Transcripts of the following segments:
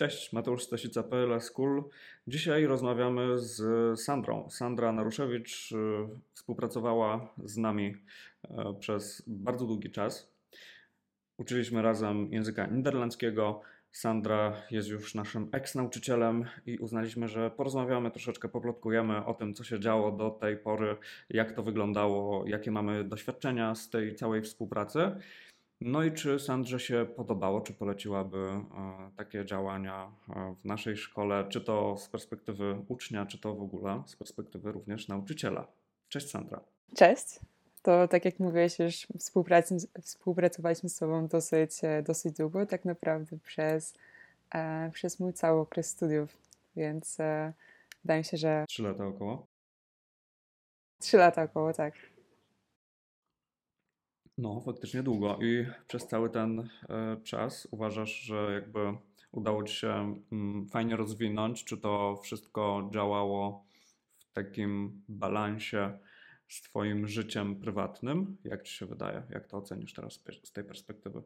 Cześć, Mateusz Stasica, PLS School. Dzisiaj rozmawiamy z Sandrą. Sandra Naruszewicz współpracowała z nami przez bardzo długi czas. Uczyliśmy razem języka niderlandzkiego. Sandra jest już naszym eks-nauczycielem i uznaliśmy, że porozmawiamy troszeczkę, poplotkujemy o tym, co się działo do tej pory, jak to wyglądało, jakie mamy doświadczenia z tej całej współpracy. No i czy Sandrze się podobało, czy poleciłaby takie działania w naszej szkole, czy to z perspektywy ucznia, czy to w ogóle z perspektywy również nauczyciela? Cześć Sandra. Cześć. To tak jak mówiłeś, już współpracowaliśmy z Tobą dosyć długo, tak naprawdę przez mój cały okres studiów, więc wydaje mi się, że 3 lata około. 3 lata około, tak. No, faktycznie długo. I przez cały ten czas uważasz, że jakby udało Ci się fajnie rozwinąć? Czy to wszystko działało w takim balansie z Twoim życiem prywatnym? Jak Ci się wydaje? Jak to ocenisz teraz z tej perspektywy?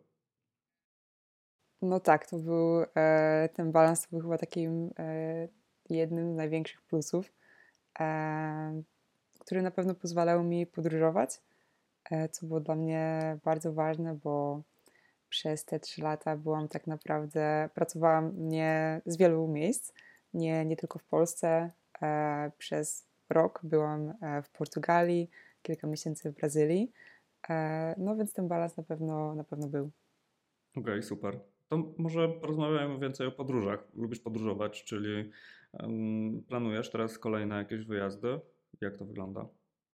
No tak, ten balans to był chyba takim jednym z największych plusów, e, który na pewno pozwalał mi podróżować, co było dla mnie bardzo ważne, bo przez te 3 lata pracowałam nie z wielu miejsc, nie tylko w Polsce. Przez rok byłam w Portugalii, kilka miesięcy w Brazylii. No więc ten balans na pewno był. Okej, super. To może porozmawiajmy więcej o podróżach. Lubisz podróżować, czyli planujesz teraz kolejne jakieś wyjazdy? Jak to wygląda?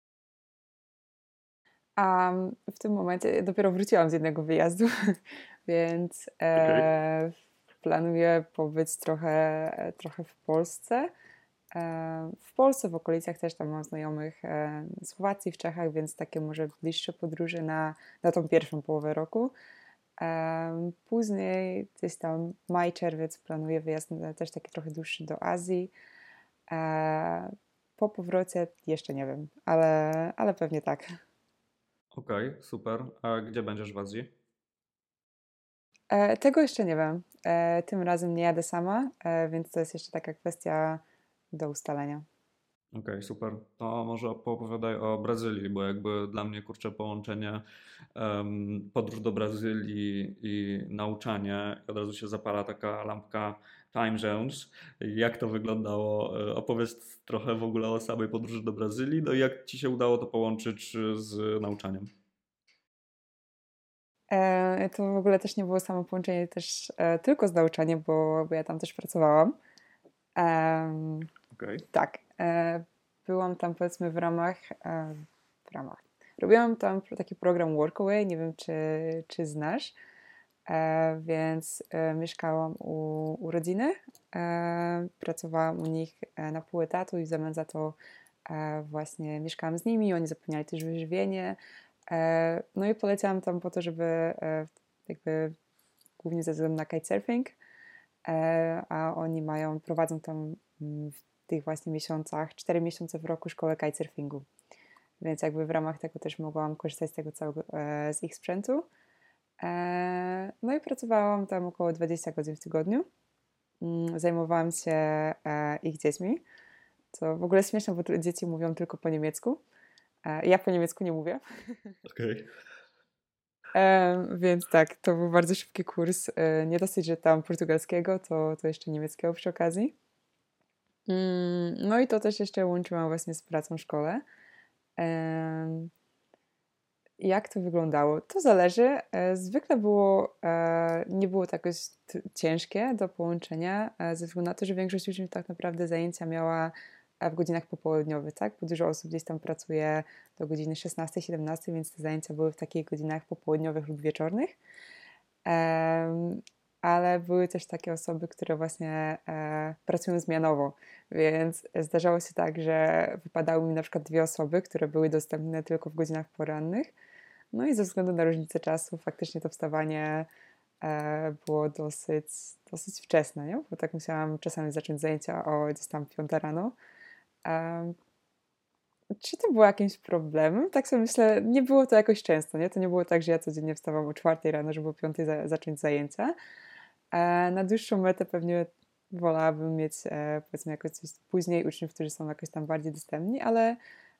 A w tym momencie dopiero wróciłam z jednego wyjazdu, więc Okej. planuję pobyć trochę w Polsce. W Polsce, w okolicach też tam mam znajomych z Słowacji, w Czechach, więc takie może bliższe podróże na tą pierwszą połowę roku. Później gdzieś tam maj, czerwiec planuję wyjazd też taki trochę dłuższy do Azji. Po powrocie jeszcze nie wiem, ale pewnie tak. Okej, super. A gdzie będziesz w Azji? Tego jeszcze nie wiem. Tym razem nie jadę sama, więc to jest jeszcze taka kwestia do ustalenia. Okej, super. To może poopowiadaj o Brazylii, bo jakby dla mnie kurczę połączenie podróż do Brazylii i nauczanie, od razu się zapala taka lampka time zones. Jak to wyglądało? Opowiedz trochę w ogóle o samej podróży do Brazylii, no i jak ci się udało to połączyć z nauczaniem? To w ogóle też nie było samo połączenie też tylko z nauczaniem, bo ja tam też pracowałam. Em, Okej. tak, byłam tam powiedzmy w ramach. Robiłam tam taki program Workaway, nie wiem czy znasz, więc mieszkałam u rodziny, pracowałam u nich na pół etatu i w zamian za to właśnie mieszkałam z nimi, oni zapewniali też wyżywienie. No i poleciałam tam po to, żeby jakby głównie ze względu na kitesurfing, a oni prowadzą tam w tych właśnie miesiącach, 4 miesiące w roku szkołę kitesurfingu. Więc jakby w ramach tego też mogłam korzystać z tego całego, z ich sprzętu. No i pracowałam tam około 20 godzin w tygodniu. Zajmowałam się ich dziećmi. To w ogóle śmieszne, bo dzieci mówią tylko po niemiecku. Ja po niemiecku nie mówię. Okej. Więc tak, to był bardzo szybki kurs. Nie dosyć, że tam portugalskiego, to jeszcze niemieckiego przy okazji. No i to też jeszcze łączyłam właśnie z pracą w szkole. Jak to wyglądało? To zależy. Zwykle nie było to jakoś ciężkie do połączenia, ze względu na to, że większość uczniów tak naprawdę zajęcia miała w godzinach popołudniowych, tak? Bo dużo osób gdzieś tam pracuje do godziny 16-17, więc te zajęcia były w takich godzinach popołudniowych lub wieczornych. Ale były też takie osoby, które właśnie pracują zmianowo, więc zdarzało się tak, że wypadały mi na przykład 2 osoby, które były dostępne tylko w godzinach porannych. No i ze względu na różnicę czasu faktycznie to wstawanie było dosyć wczesne, nie? Bo tak musiałam czasami zacząć zajęcia o gdzieś tam 5 rano. Czy to było jakimś problemem? Tak sobie myślę, nie było to jakoś często, nie? To nie było tak, że ja codziennie wstawałam o 4 rano, żeby o 5 zacząć zajęcia. Na dłuższą metę pewnie wolałabym mieć, powiedzmy, jakoś coś później uczniów, którzy są jakoś tam bardziej dostępni, ale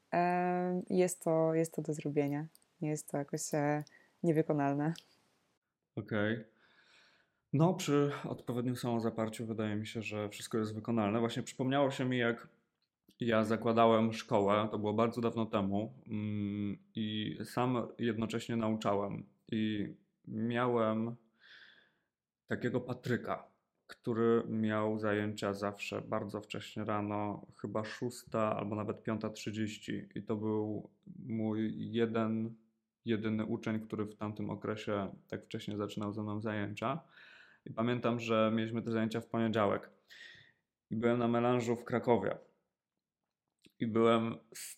jest to do zrobienia. Nie jest to jakoś niewykonalne. Okej. No, przy odpowiednim samozaparciu wydaje mi się, że wszystko jest wykonalne. Właśnie przypomniało się mi, jak ja zakładałem szkołę, to było bardzo dawno temu, i sam jednocześnie nauczałem. I miałem takiego Patryka, który miał zajęcia zawsze bardzo wcześnie rano, chyba 6 albo nawet 5:30. I to był mój jedyny uczeń, który w tamtym okresie tak wcześnie zaczynał ze mną zajęcia. I pamiętam, że mieliśmy te zajęcia w poniedziałek. I byłem na melanżu w Krakowie. I byłem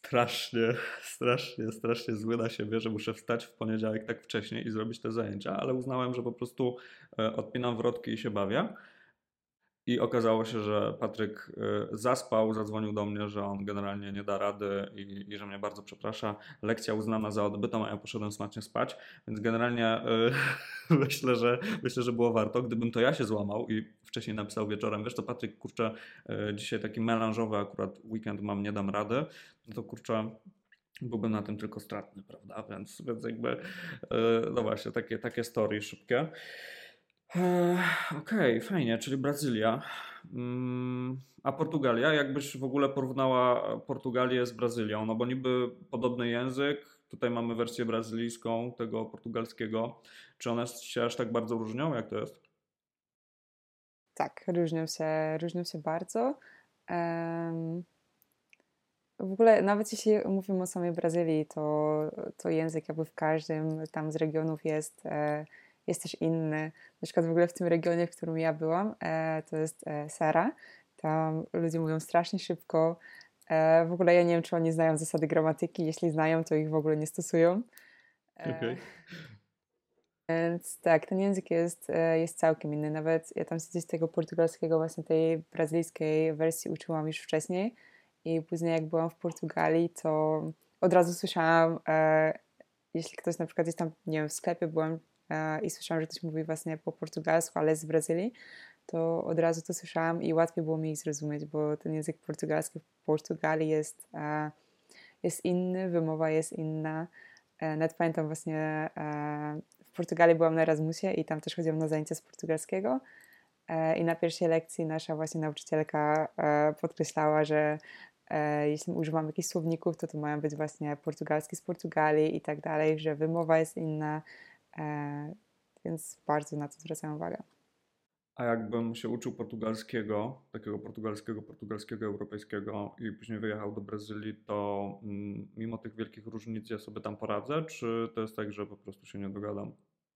strasznie zły na siebie, że muszę wstać w poniedziałek tak wcześnie i zrobić te zajęcia, ale uznałem, że po prostu odpinam wrotki i się bawię. I okazało się, że Patryk zaspał, zadzwonił do mnie, że on generalnie nie da rady i że mnie bardzo przeprasza. Lekcja uznana za odbytą, a ja poszedłem smacznie spać, więc generalnie myślę, że było warto. Gdybym to ja się złamał i wcześniej napisał wieczorem, wiesz to Patryk, kurczę, dzisiaj taki melanżowy akurat weekend mam, nie dam rady, no to kurczę, byłbym na tym tylko stratny, prawda? Więc jakby, no właśnie, takie story szybkie. Okej, fajnie, czyli Brazylia. A Portugalia, jakbyś w ogóle porównała Portugalię z Brazylią, no bo niby podobny język, tutaj mamy wersję brazylijską tego portugalskiego. Czy one się aż tak bardzo różnią? Jak to jest? Tak, różnią się bardzo. W ogóle nawet jeśli mówimy o samej Brazylii, to język jakby w każdym tam z regionów jest też inny. Na przykład w ogóle w tym regionie, w którym ja byłam, to jest Sara. Tam ludzie mówią strasznie szybko. W ogóle ja nie wiem, czy oni znają zasady gramatyki. Jeśli znają, to ich w ogóle nie stosują. E, Okej. Więc tak, ten język jest całkiem inny. Nawet ja tam gdzieś tego portugalskiego, właśnie tej brazylijskiej wersji uczyłam już wcześniej. I później jak byłam w Portugalii, to od razu słyszałam, jeśli ktoś na przykład jest tam, nie wiem, w sklepie byłam i słyszałam, że ktoś mówi właśnie po portugalsku, ale z Brazylii, to od razu to słyszałam i łatwiej było mi ich zrozumieć, bo ten język portugalski w Portugalii jest inny, wymowa jest inna. Nawet pamiętam właśnie w Portugalii byłam na Erasmusie i tam też chodziłam na zajęcia z portugalskiego i na pierwszej lekcji nasza właśnie nauczycielka podkreślała, że jeśli używam jakichś słowników, to mają być właśnie portugalski z Portugalii i tak dalej, że wymowa jest inna, więc bardzo na to zwracam uwagę. A jakbym się uczył portugalskiego, takiego portugalskiego, europejskiego i później wyjechał do Brazylii, to mimo tych wielkich różnic ja sobie tam poradzę, czy to jest tak, że po prostu się nie dogadam?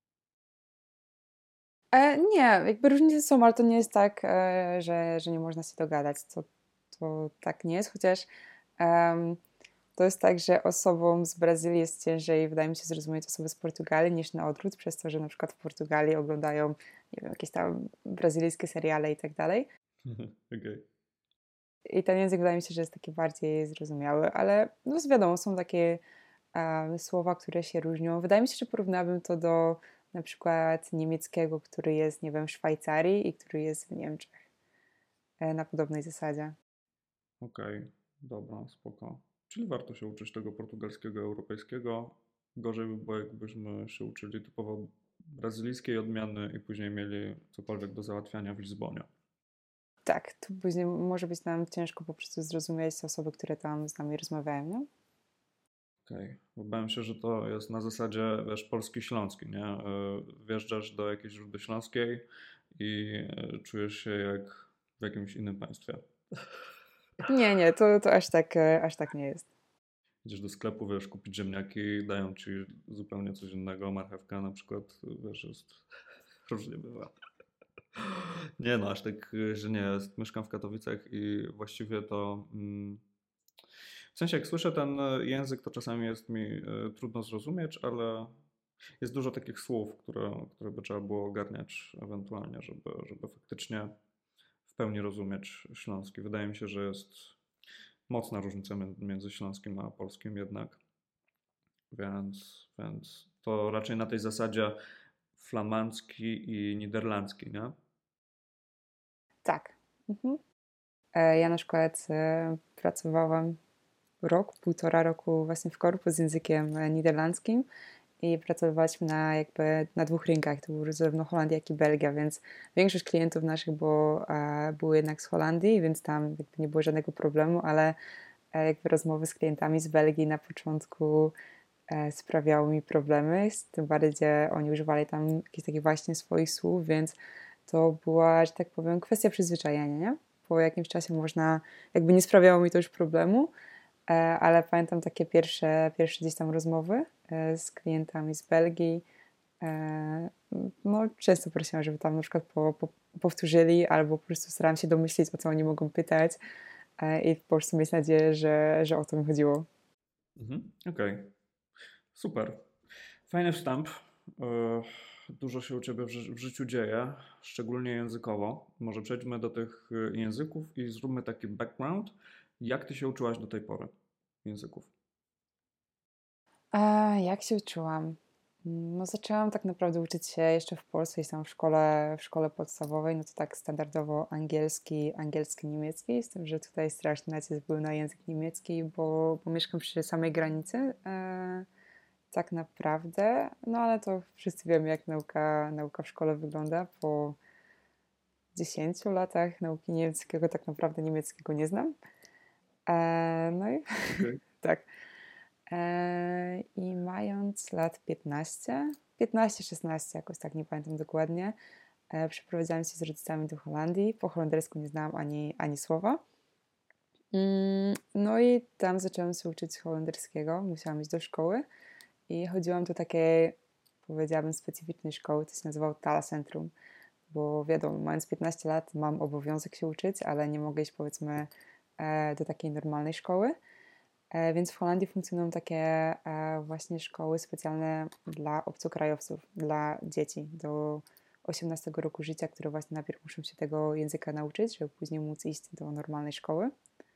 Nie, jakby różnice są, ale to nie jest tak, że nie można się dogadać. To tak nie jest, chociaż to jest tak, że osobom z Brazylii jest ciężej, wydaje mi się, zrozumieć osoby z Portugalii niż na odwrót, przez to, że na przykład w Portugalii oglądają, nie wiem, jakieś tam brazylijskie seriale i tak dalej. Okej. I ten język wydaje mi się, że jest taki bardziej zrozumiały, ale no wiadomo, są takie słowa, które się różnią. Wydaje mi się, że porównałabym to do na przykład niemieckiego, który jest, nie wiem, w Szwajcarii i który jest w Niemczech na podobnej zasadzie. Okej, dobra, spoko. Czyli warto się uczyć tego portugalskiego, europejskiego. Gorzej by było, jakbyśmy się uczyli typowo brazylijskiej odmiany i później mieli cokolwiek do załatwiania w Lizbonie. Tak, tu później może być nam ciężko po prostu zrozumieć osoby, które tam z nami rozmawiają, nie? Okej. Obawiam się, że to jest na zasadzie, wiesz, polski-śląski, nie? Wjeżdżasz do jakiejś Rudy Śląskiej i czujesz się jak w jakimś innym państwie. Nie, to aż tak nie jest. Idziesz do sklepu, wiesz, kupić ziemniaki, dają ci zupełnie coś innego, marchewka na przykład, wiesz, jest różnie bywa. Nie no, aż tak, że nie jest. Mieszkam w Katowicach i właściwie to w sensie jak słyszę ten język, to czasami jest mi trudno zrozumieć, ale jest dużo takich słów, które by trzeba było ogarniać ewentualnie, żeby faktycznie w pełni rozumieć śląski. Wydaje mi się, że jest mocna różnica między śląskim a polskim jednak, więc to raczej na tej zasadzie flamandzki i niderlandzki, nie? Tak. Mhm. Ja na przykład pracowałam rok, półtora roku właśnie w korpo z językiem niderlandzkim i pracowaliśmy na dwóch rynkach, to był zarówno Holandia, jak i Belgia, więc większość klientów naszych było jednak z Holandii, więc tam jakby nie było żadnego problemu, ale jakby rozmowy z klientami z Belgii na początku sprawiały mi problemy, tym bardziej, że oni używali tam jakichś takich właśnie swoich słów, więc to była, że tak powiem, kwestia przyzwyczajenia, nie? Po jakimś czasie jakby nie sprawiało mi to już problemu, ale pamiętam takie pierwsze gdzieś tam rozmowy z klientami z Belgii. No, często prosiłam, żeby tam na przykład powtórzyli, albo po prostu starałam się domyślić, o co oni mogą pytać i po prostu mieć nadzieję, że o to mi chodziło. Okej. Super. Fajny wstęp. Dużo się u Ciebie w życiu dzieje, szczególnie językowo. Może przejdźmy do tych języków i zróbmy taki background. Jak Ty się uczyłaś do tej pory języków? Jak się uczyłam? No, zaczęłam tak naprawdę uczyć się jeszcze w Polsce, gdzieś tam w szkole podstawowej, no to tak standardowo angielski, niemiecki, z tym, że tutaj straszny nacisk był na język niemiecki, bo mieszkam przy samej granicy, tak naprawdę, no ale to wszyscy wiemy, jak nauka w szkole wygląda. Po 10 latach nauki niemieckiego tak naprawdę niemieckiego nie znam. No i Okej. tak. I mając lat 15-16, jakoś tak, nie pamiętam dokładnie, przeprowadziłam się z rodzicami do Holandii. Po holendersku nie znałam ani słowa. No i tam zaczęłam się uczyć holenderskiego. Musiałam iść do szkoły i chodziłam do takiej, powiedziałabym, specyficznej szkoły. To się nazywało Talencentrum, bo wiadomo, mając 15 lat mam obowiązek się uczyć, ale nie mogę iść, powiedzmy, do takiej normalnej szkoły. Więc w Holandii funkcjonują takie właśnie szkoły specjalne dla obcokrajowców, dla dzieci do 18 roku życia, które właśnie najpierw muszą się tego języka nauczyć, żeby później móc iść do normalnej szkoły.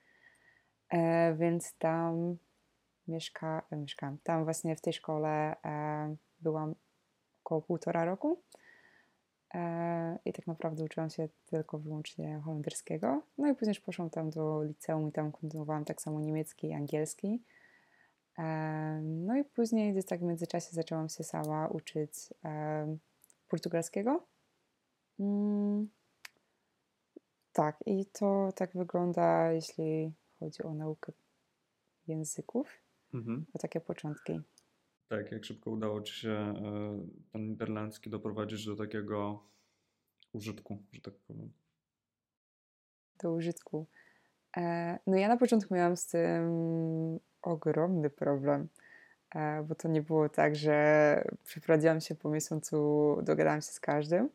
Więc tam mieszkałam. Tam właśnie w tej szkole byłam około półtora roku. I tak naprawdę uczyłam się tylko wyłącznie holenderskiego. No i później już poszłam tam do liceum i tam kontynuowałam tak samo niemiecki i angielski. No i później gdzieś tak w międzyczasie zaczęłam się sama uczyć portugalskiego. Mm, tak, i to tak wygląda, jeśli chodzi o naukę języków, Mhm. o takie początki Tak, jak szybko udało Ci się ten niderlandzki doprowadzić do takiego użytku, że tak powiem. do użytku. No ja na początku miałam z tym ogromny problem, bo to nie było tak, że przeprowadziłam się po miesiącu, dogadałam się z każdym.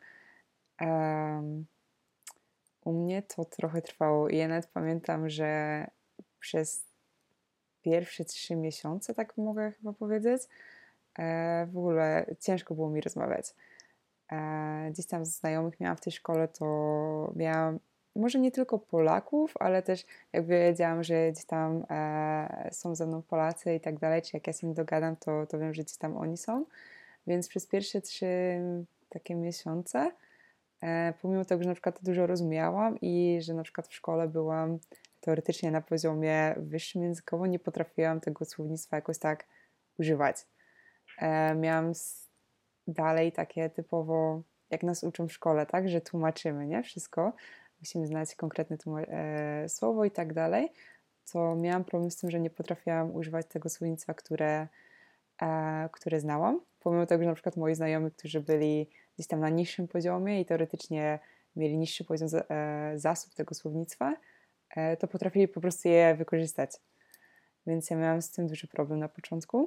U mnie to trochę trwało i ja nawet pamiętam, że przez pierwsze 3 miesiące, tak mogę chyba powiedzieć, w ogóle ciężko było mi rozmawiać. Gdzieś tam z znajomych miałam w tej szkole, to miałam może nie tylko Polaków, ale też jakby wiedziałam, że gdzieś tam są ze mną Polacy i tak dalej, czy jak ja się nie dogadam, to wiem, że gdzieś tam oni są. Więc przez pierwsze 3 takie miesiące, pomimo tego, że na przykład dużo rozumiałam i że na przykład w szkole byłam teoretycznie na poziomie wyższym językowo, nie potrafiłam tego słownictwa jakoś tak używać. Miałam dalej takie typowo, jak nas uczą w szkole, tak, że tłumaczymy, nie? Wszystko. Musimy znać konkretne słowo i tak dalej. To miałam problem z tym, że nie potrafiłam używać tego słownictwa, które znałam. Pomimo tego, że na przykład moi znajomi, którzy byli gdzieś tam na niższym poziomie i teoretycznie mieli niższy poziom zasób tego słownictwa, to potrafili po prostu je wykorzystać. Więc ja miałam z tym duży problem na początku.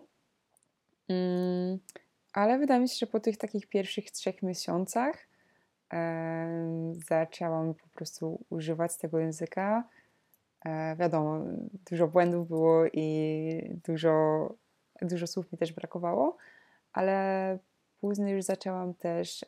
Ale wydaje mi się, że po tych takich pierwszych 3 miesiącach zaczęłam po prostu używać tego języka. Wiadomo, dużo błędów było i dużo słów mi też brakowało, ale później już zaczęłam też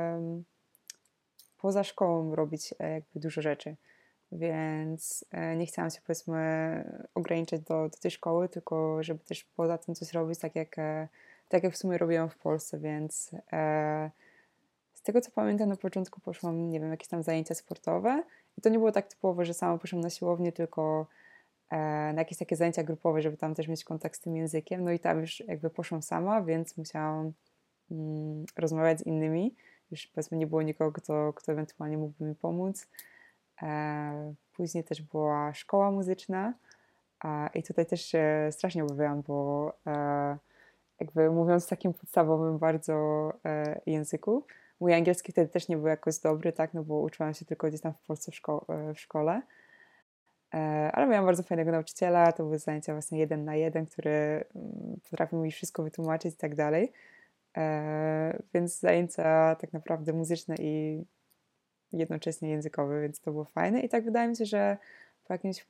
poza szkołą robić jakby dużo rzeczy. Więc nie chciałam się, powiedzmy, ograniczać do tej szkoły, tylko żeby też poza tym coś robić, tak jak w sumie robiłam w Polsce, więc tego co pamiętam, na początku poszłam, nie wiem, jakieś tam zajęcia sportowe i to nie było tak typowo, że sama poszłam na siłownię, tylko na jakieś takie zajęcia grupowe, żeby tam też mieć kontakt z tym językiem. No i tam już jakby poszłam sama, więc musiałam rozmawiać z innymi. Już powiedzmy nie było nikogo, kto ewentualnie mógłby mi pomóc. Później też była szkoła muzyczna i tutaj też się strasznie obawiałam, bo jakby mówiąc w takim podstawowym bardzo języku, mój angielski wtedy też nie był jakoś dobry, tak, no bo uczyłam się tylko gdzieś tam w Polsce w szkole. Ale miałam bardzo fajnego nauczyciela, to były zajęcia właśnie 1 na 1, który potrafił mi wszystko wytłumaczyć i tak dalej. Więc zajęcia tak naprawdę muzyczne i jednocześnie językowe, więc to było fajne. I tak wydaje mi się, że po jakimś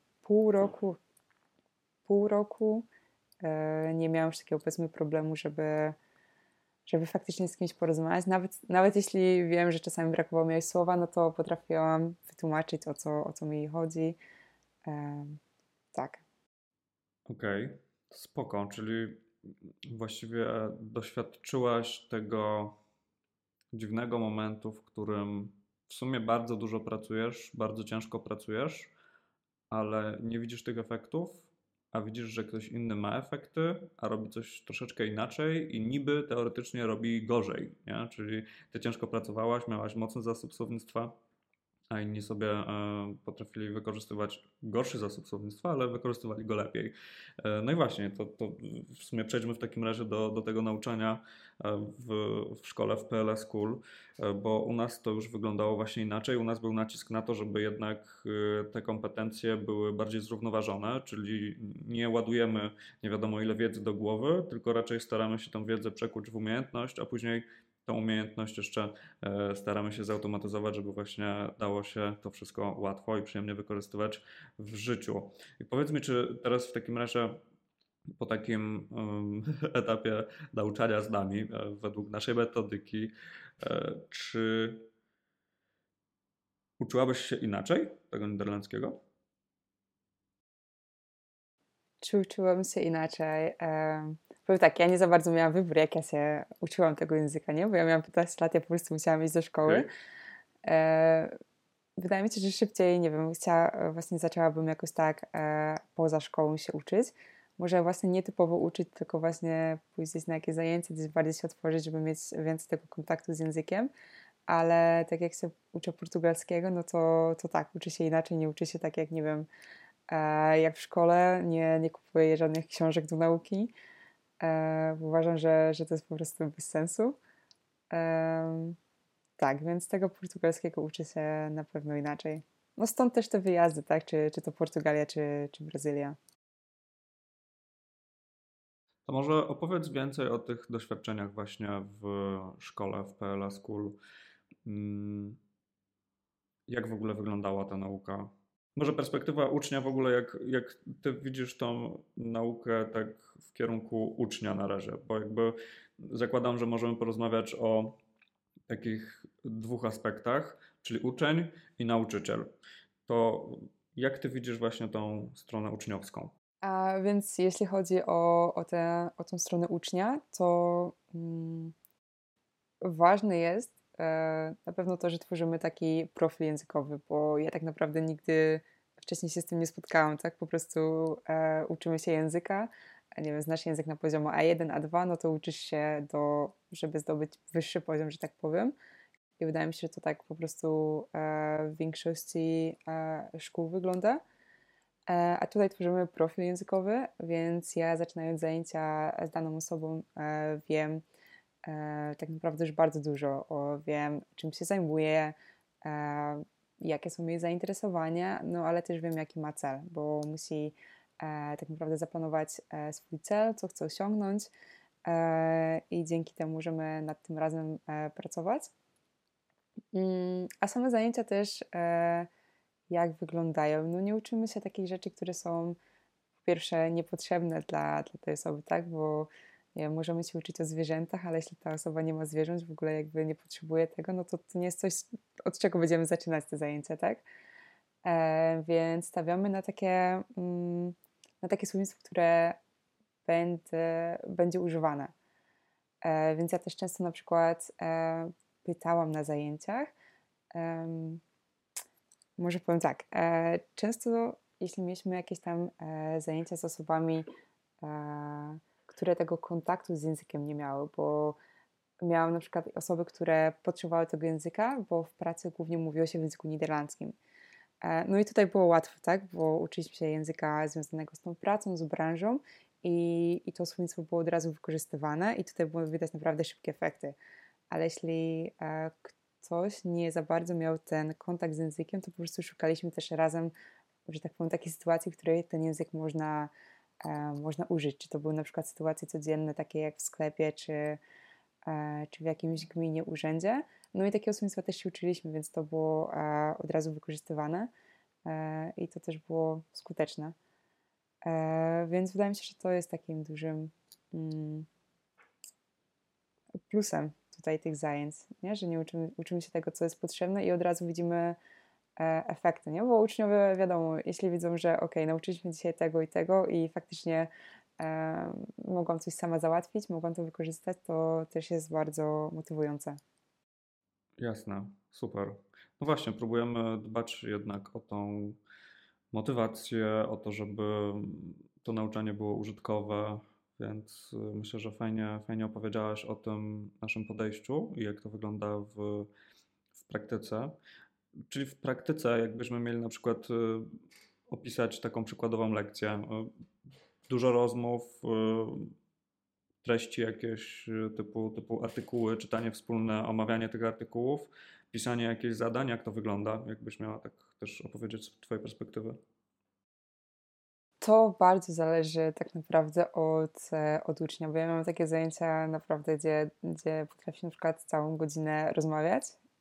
pół roku nie miałam już takiego powiedzmy problemu, żeby faktycznie z kimś porozmawiać. Nawet jeśli wiem, że czasami brakowało mi jakiegoś słowa, no to potrafiłam wytłumaczyć, o co mi chodzi. Tak. Okej, spoko, czyli właściwie doświadczyłaś tego dziwnego momentu, w którym w sumie bardzo dużo pracujesz, bardzo ciężko pracujesz, ale nie widzisz tych efektów, a widzisz, że ktoś inny ma efekty, a robi coś troszeczkę inaczej i niby teoretycznie robi gorzej, nie? Czyli ty ciężko pracowałaś, miałaś mocny zasób słownictwa, a inni sobie potrafili wykorzystywać gorszy zasób słownictwa, ale wykorzystywali go lepiej. No i właśnie, to w sumie przejdźmy w takim razie do tego nauczania w, w szkole, w PLS School, bo u nas to już wyglądało właśnie inaczej. U nas był nacisk na to, żeby jednak te kompetencje były bardziej zrównoważone, czyli nie ładujemy nie wiadomo ile wiedzy do głowy, tylko raczej staramy się tą wiedzę przekuć w umiejętność, a później tą umiejętność jeszcze staramy się zautomatyzować, żeby właśnie dało się to wszystko łatwo i przyjemnie wykorzystywać w życiu. I powiedz mi, czy teraz w takim razie po takim etapie nauczania z nami, według naszej metodyki, czy uczyłabyś się inaczej tego niderlandzkiego? Czy uczyłam się inaczej? Powiem tak, ja nie za bardzo miałam wybór, jak ja się uczyłam tego języka, nie? Bo ja miałam 15 lat, ja po prostu musiałam iść do szkoły. Okay. E, Wydaje mi się, że szybciej, nie wiem, właśnie zaczęłabym jakoś tak poza szkołą się uczyć. Może właśnie nie typowo uczyć, tylko właśnie pójść gdzieś na jakieś zajęcia, gdzieś bardziej się otworzyć, żeby mieć więcej tego kontaktu z językiem. Ale tak jak się uczę portugalskiego, no to tak, uczy się inaczej, nie uczy się tak jak, nie wiem, jak w szkole, nie kupuję żadnych książek do nauki, bo uważam, że to jest po prostu bez sensu. Tak, więc tego portugalskiego uczy się na pewno inaczej. No stąd też te wyjazdy, tak? Czy to Portugalia, czy Brazylia. To może opowiedz więcej o tych doświadczeniach właśnie w szkole, w PLA School. Mm, Jak w ogóle wyglądała ta nauka? Może perspektywa ucznia w ogóle, jak ty widzisz tą naukę tak w kierunku ucznia na razie, bo jakby zakładam, że możemy porozmawiać o takich dwóch aspektach, czyli uczeń i nauczyciel. To jak ty widzisz właśnie tą stronę uczniowską? A więc jeśli chodzi o tą stronę ucznia, to ważne jest na pewno to, że tworzymy taki profil językowy, bo ja tak naprawdę nigdy wcześniej się z tym nie spotkałam, tak? Po prostu uczymy się języka, nie wiem, znasz język na poziomie A1, A2, no to uczysz się żeby zdobyć wyższy poziom, że tak powiem. I wydaje mi się, że to tak po prostu w większości szkół wygląda. A tutaj tworzymy profil językowy, więc ja zaczynając zajęcia z daną osobą wiem tak naprawdę już bardzo dużo. Wiem, czym się zajmuje, jakie są jej zainteresowania, no ale też wiem, jaki ma cel, bo musi tak naprawdę zaplanować swój cel, co chce osiągnąć i dzięki temu możemy nad tym razem pracować. A same zajęcia też jak wyglądają? No nie uczymy się takich rzeczy, które są po pierwsze niepotrzebne dla tej osoby, tak? Bo nie wiem, możemy się uczyć o zwierzętach, ale jeśli ta osoba nie ma zwierząt, w ogóle jakby nie potrzebuje tego, no to nie jest coś, od czego będziemy zaczynać te zajęcia, tak? Więc stawiamy na takie słownictwo, które będzie używane. Więc ja też często na przykład pytałam na zajęciach. Em, Może powiem tak, często jeśli mieliśmy jakieś tam zajęcia z osobami, które tego kontaktu z językiem nie miały, bo miałam na przykład osoby, które potrzebowały tego języka, bo w pracy głównie mówiło się w języku niderlandzkim. No i tutaj było łatwo, tak, bo uczyliśmy się języka związanego z tą pracą, z branżą i to słownictwo było od razu wykorzystywane i tutaj było widać naprawdę szybkie efekty. Ale jeśli ktoś nie za bardzo miał ten kontakt z językiem, to po prostu szukaliśmy też razem, że tak powiem, takiej sytuacji, w której ten język można użyć. Czy to były na przykład sytuacje codzienne, takie jak w sklepie, czy w jakimś gminie, urzędzie. No i takiego słownictwa też się uczyliśmy, więc to było od razu wykorzystywane i to też było skuteczne. Więc wydaje mi się, że to jest takim dużym mm, plusem tutaj tych zajęć, nie? Że nie uczymy się tego, co jest potrzebne i od razu widzimy efekty, nie? Bo uczniowie, wiadomo, jeśli widzą, że ok, nauczyliśmy dzisiaj tego i tego i faktycznie mogłam coś sama załatwić, mogłam to wykorzystać, to też jest bardzo motywujące. Jasne, super. No właśnie, próbujemy dbać jednak o tą motywację, o to, żeby to nauczanie było użytkowe, więc myślę, że fajnie opowiedziałaś o tym naszym podejściu i jak to wygląda w praktyce. Czyli w praktyce, jakbyśmy mieli na przykład opisać taką przykładową lekcję, dużo rozmów, treści jakieś typu artykuły, czytanie wspólne, omawianie tych artykułów, pisanie jakichś zadań, jak to wygląda? Jakbyś miała tak też opowiedzieć z Twojej perspektywy? To bardzo zależy tak naprawdę od ucznia, bo ja mam takie zajęcia naprawdę, gdzie potrafię na przykład całą godzinę rozmawiać,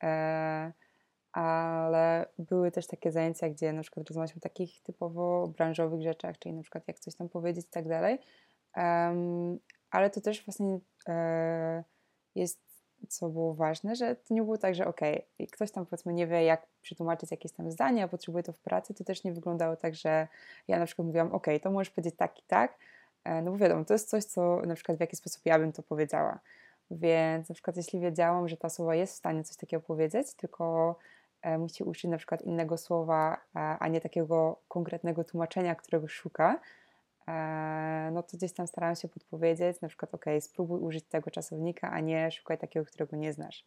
ale były też takie zajęcia, gdzie na przykład rozmawialiśmy o takich typowo branżowych rzeczach, czyli na przykład jak coś tam powiedzieć i tak dalej. Ale to też właśnie jest, co było ważne, że to nie było tak, że okej, ktoś tam powiedzmy nie wie, jak przetłumaczyć jakieś tam zdanie, a potrzebuje to w pracy, to też nie wyglądało tak, że ja na przykład mówiłam, okej, to możesz powiedzieć tak i tak, no bo wiadomo, to jest coś, co na przykład w jaki sposób ja bym to powiedziała. Więc na przykład jeśli wiedziałam, że ta osoba jest w stanie coś takiego powiedzieć, tylko musi uczyć na przykład innego słowa, a nie takiego konkretnego tłumaczenia, którego szuka, no to gdzieś tam starałam się podpowiedzieć, na przykład ok, spróbuj użyć tego czasownika, a nie szukaj takiego, którego nie znasz.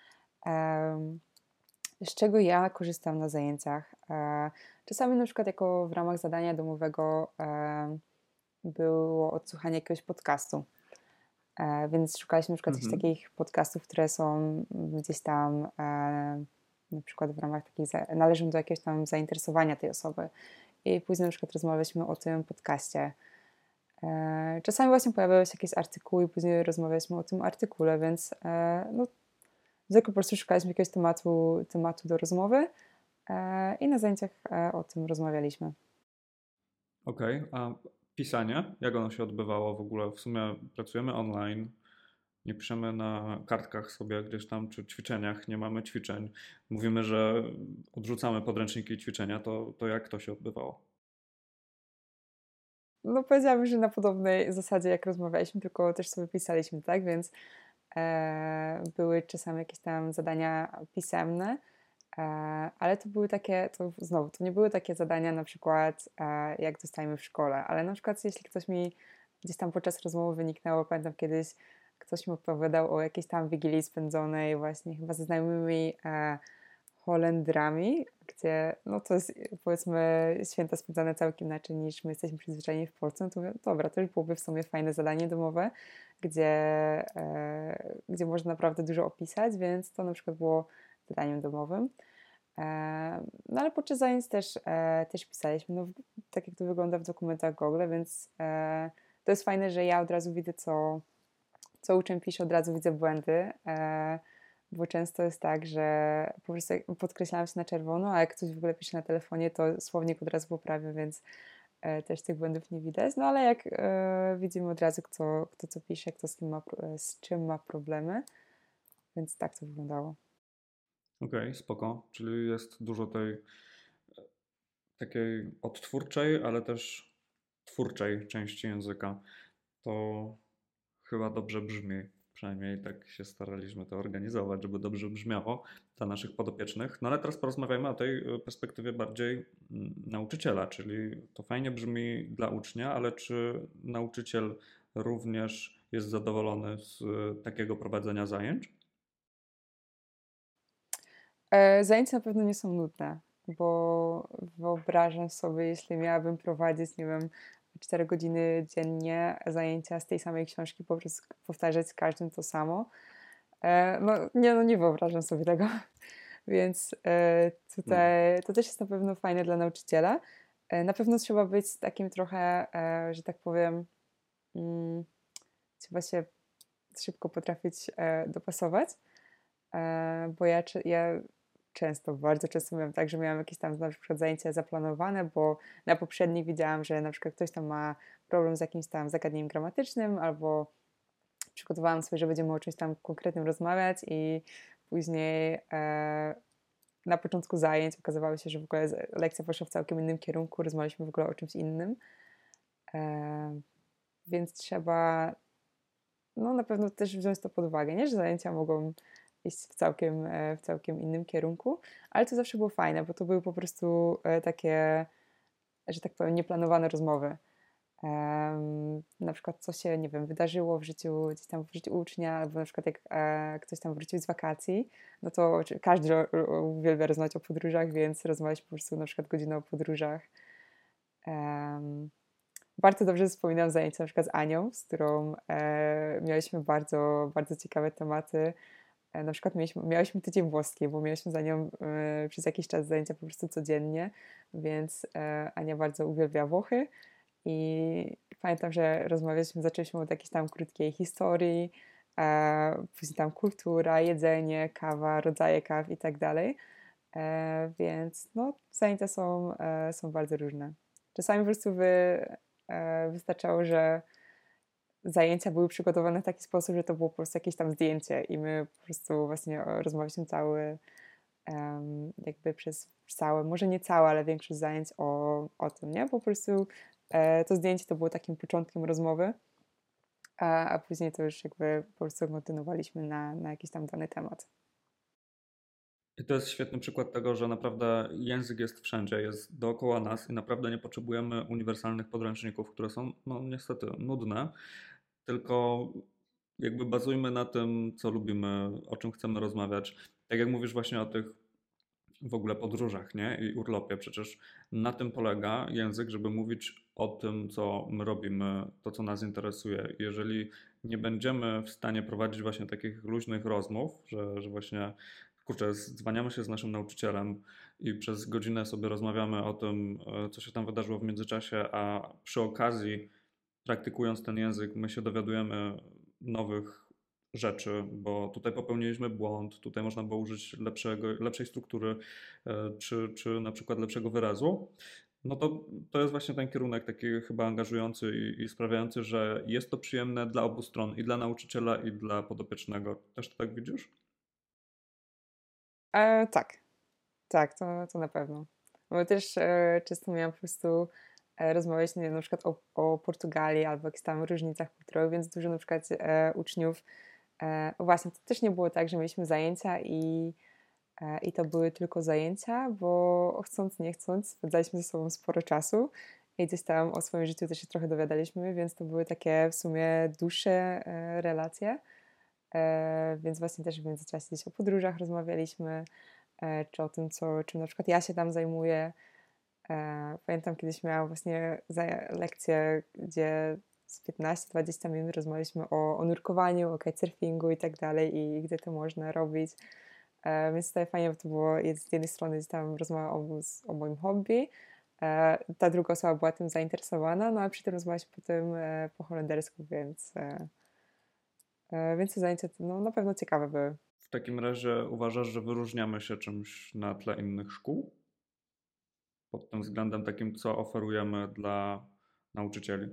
Z czego ja korzystam na zajęciach? Czasami na przykład jako w ramach zadania domowego było odsłuchanie jakiegoś podcastu. Więc szukaliśmy na przykład jakichś Mhm. takich podcastów, które są gdzieś tam na przykład w ramach takich, należą do jakiegoś tam zainteresowania tej osoby. I później na przykład rozmawialiśmy o tym podcaście. Czasami właśnie pojawiały się jakieś artykuły i później rozmawialiśmy o tym artykule, więc no, zwykle po prostu szukaliśmy jakiegoś tematu do rozmowy i na zajęciach o tym rozmawialiśmy. Okej, a pisanie, jak ono się odbywało w ogóle? W sumie pracujemy online, nie piszemy na kartkach sobie gdzieś tam, czy ćwiczeniach, nie mamy ćwiczeń. Mówimy, że odrzucamy podręczniki i ćwiczenia, to jak to się odbywało? No powiedziałabym, że na podobnej zasadzie jak rozmawialiśmy, tylko też sobie pisaliśmy, tak? Więc były czasami jakieś tam zadania pisemne, ale to były takie, to znowu, to nie były takie zadania na przykład jak dostajemy w szkole, ale na przykład jeśli ktoś mi gdzieś tam podczas rozmowy wyniknęło, pamiętam kiedyś ktoś mi opowiadał o jakiejś tam wigilii spędzonej właśnie chyba ze znajomymi Holendrami, gdzie no to jest powiedzmy święta spędzane całkiem inaczej niż my jesteśmy przyzwyczajeni w Polsce, no to mówię, dobra, to już byłoby w sumie fajne zadanie domowe, gdzie, gdzie można naprawdę dużo opisać, więc to na przykład było zadaniem domowym. No ale podczas zajęć też pisaliśmy, no, tak jak to wygląda w dokumentach Google, więc to jest fajne, że ja od razu widzę, co uczeń pisze, od razu widzę błędy, bo często jest tak, że po prostu podkreślam się na czerwono, a jak ktoś w ogóle pisze na telefonie, to słownik od razu poprawia, więc też tych błędów nie widać. No ale jak widzimy od razu, kto co pisze, kto z czym ma problemy, więc tak to wyglądało. Okej, spoko. Czyli jest dużo tej takiej odtwórczej, ale też twórczej części języka. To chyba dobrze brzmi, Przynajmniej tak się staraliśmy to organizować, żeby dobrze brzmiało dla naszych podopiecznych. No ale teraz porozmawiajmy o tej perspektywie bardziej nauczyciela, czyli to fajnie brzmi dla ucznia, ale czy nauczyciel również jest zadowolony z takiego prowadzenia zajęć? Zajęcia na pewno nie są nudne, bo wyobrażam sobie, jeśli miałabym prowadzić, nie wiem, 4 godziny dziennie zajęcia z tej samej książki, po prostu powtarzać z każdym to samo. No nie wyobrażam sobie tego. Więc Hmm. tutaj to też jest na pewno fajne dla nauczyciela. Na pewno trzeba być takim trochę, że tak powiem, mm, trzeba się szybko potrafić dopasować, bo ja często, bardzo często miałam tak, że miałam jakieś tam na przykład zajęcia zaplanowane, bo na poprzedniej widziałam, że na przykład ktoś tam ma problem z jakimś tam zagadnieniem gramatycznym, albo przygotowałam sobie, że będziemy o czymś tam konkretnym rozmawiać i później na początku zajęć okazywało się, że w ogóle lekcja poszła w całkiem innym kierunku, rozmawialiśmy w ogóle o czymś innym, więc trzeba no na pewno też wziąć to pod uwagę, nie? Że zajęcia mogą iść w całkiem innym kierunku, ale to zawsze było fajne, bo to były po prostu takie, że tak powiem, nieplanowane rozmowy. Na przykład co się, nie wiem, wydarzyło w życiu, gdzieś tam w życiu ucznia, albo na przykład jak ktoś tam wrócił z wakacji, no to każdy uwielbia rozmawiać o podróżach, więc rozmawiać po prostu na przykład godzinę o podróżach. Bardzo dobrze wspominam zajęcia na przykład z Anią, z którą mieliśmy bardzo, bardzo ciekawe tematy. Na przykład miałyśmy tydzień włoski, bo mieliśmy za nią przez jakiś czas zajęcia po prostu codziennie, więc Ania bardzo uwielbia Włochy i pamiętam, że zaczęliśmy od jakiejś tam krótkiej historii, później tam kultura, jedzenie, kawa, rodzaje kaw i tak dalej. Więc no, zajęcia są bardzo różne. Czasami po prostu wystarczało, że zajęcia były przygotowane w taki sposób, że to było po prostu jakieś tam zdjęcie i my po prostu właśnie rozmawialiśmy jakby przez całe, może nie całe, ale większość zajęć o tym, nie? Po prostu to zdjęcie to było takim początkiem rozmowy, a później to już jakby po prostu kontynuowaliśmy na jakiś tam dany temat. I to jest świetny przykład tego, że naprawdę język jest wszędzie, jest dookoła nas i naprawdę nie potrzebujemy uniwersalnych podręczników, które są no niestety nudne, tylko jakby bazujmy na tym, co lubimy, o czym chcemy rozmawiać. Tak jak mówisz właśnie o tych w ogóle podróżach, nie? I urlopie. Przecież na tym polega język, żeby mówić o tym, co my robimy, to, co nas interesuje. Jeżeli nie będziemy w stanie prowadzić właśnie takich luźnych rozmów, że właśnie, kurczę, dzwaniamy się z naszym nauczycielem i przez godzinę sobie rozmawiamy o tym, co się tam wydarzyło w międzyczasie, a przy okazji, praktykując ten język, my się dowiadujemy nowych rzeczy, bo tutaj popełniliśmy błąd, tutaj można było użyć lepszej struktury, czy na przykład lepszego wyrazu, no to jest właśnie ten kierunek taki chyba angażujący i sprawiający, że jest to przyjemne dla obu stron, i dla nauczyciela, i dla podopiecznego. Też to tak widzisz? Tak, tak, to na pewno. Bo też często miałam po prostu rozmawiać, nie wiem, na przykład o Portugalii albo jakichś tam różnicach kulturowych, więc dużo na przykład uczniów. Właśnie, to też nie było tak, że mieliśmy zajęcia i to były tylko zajęcia, bo chcąc, nie chcąc, spędzaliśmy ze sobą sporo czasu i gdzieś tam o swoim życiu też się trochę dowiadaliśmy, więc to były takie w sumie dłuższe relacje. Więc właśnie też w międzyczasie gdzieś o podróżach rozmawialiśmy, czy o tym, czym na przykład ja się tam zajmuję. Pamiętam kiedyś miałam właśnie lekcję, gdzie z 15-20 minut rozmawialiśmy o nurkowaniu, o kitesurfingu i tak dalej i gdzie to można robić. Więc tutaj fajnie, bo to było z jednej strony gdzieś tam rozmowa o moim hobby, ta druga osoba była tym zainteresowana, no a przy tym rozmawialiśmy potem po holendersku, więc te zajęcia no, na pewno ciekawe były. W takim razie uważasz, że wyróżniamy się czymś na tle innych szkół? Pod tym względem takim, co oferujemy dla nauczycieli?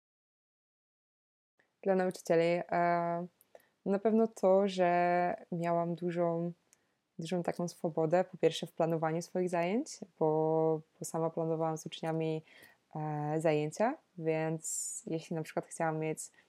Dla nauczycieli na pewno to, że miałam dużą taką swobodę, po pierwsze w planowaniu swoich zajęć, bo sama planowałam z uczniami zajęcia, więc jeśli na przykład chciałam mieć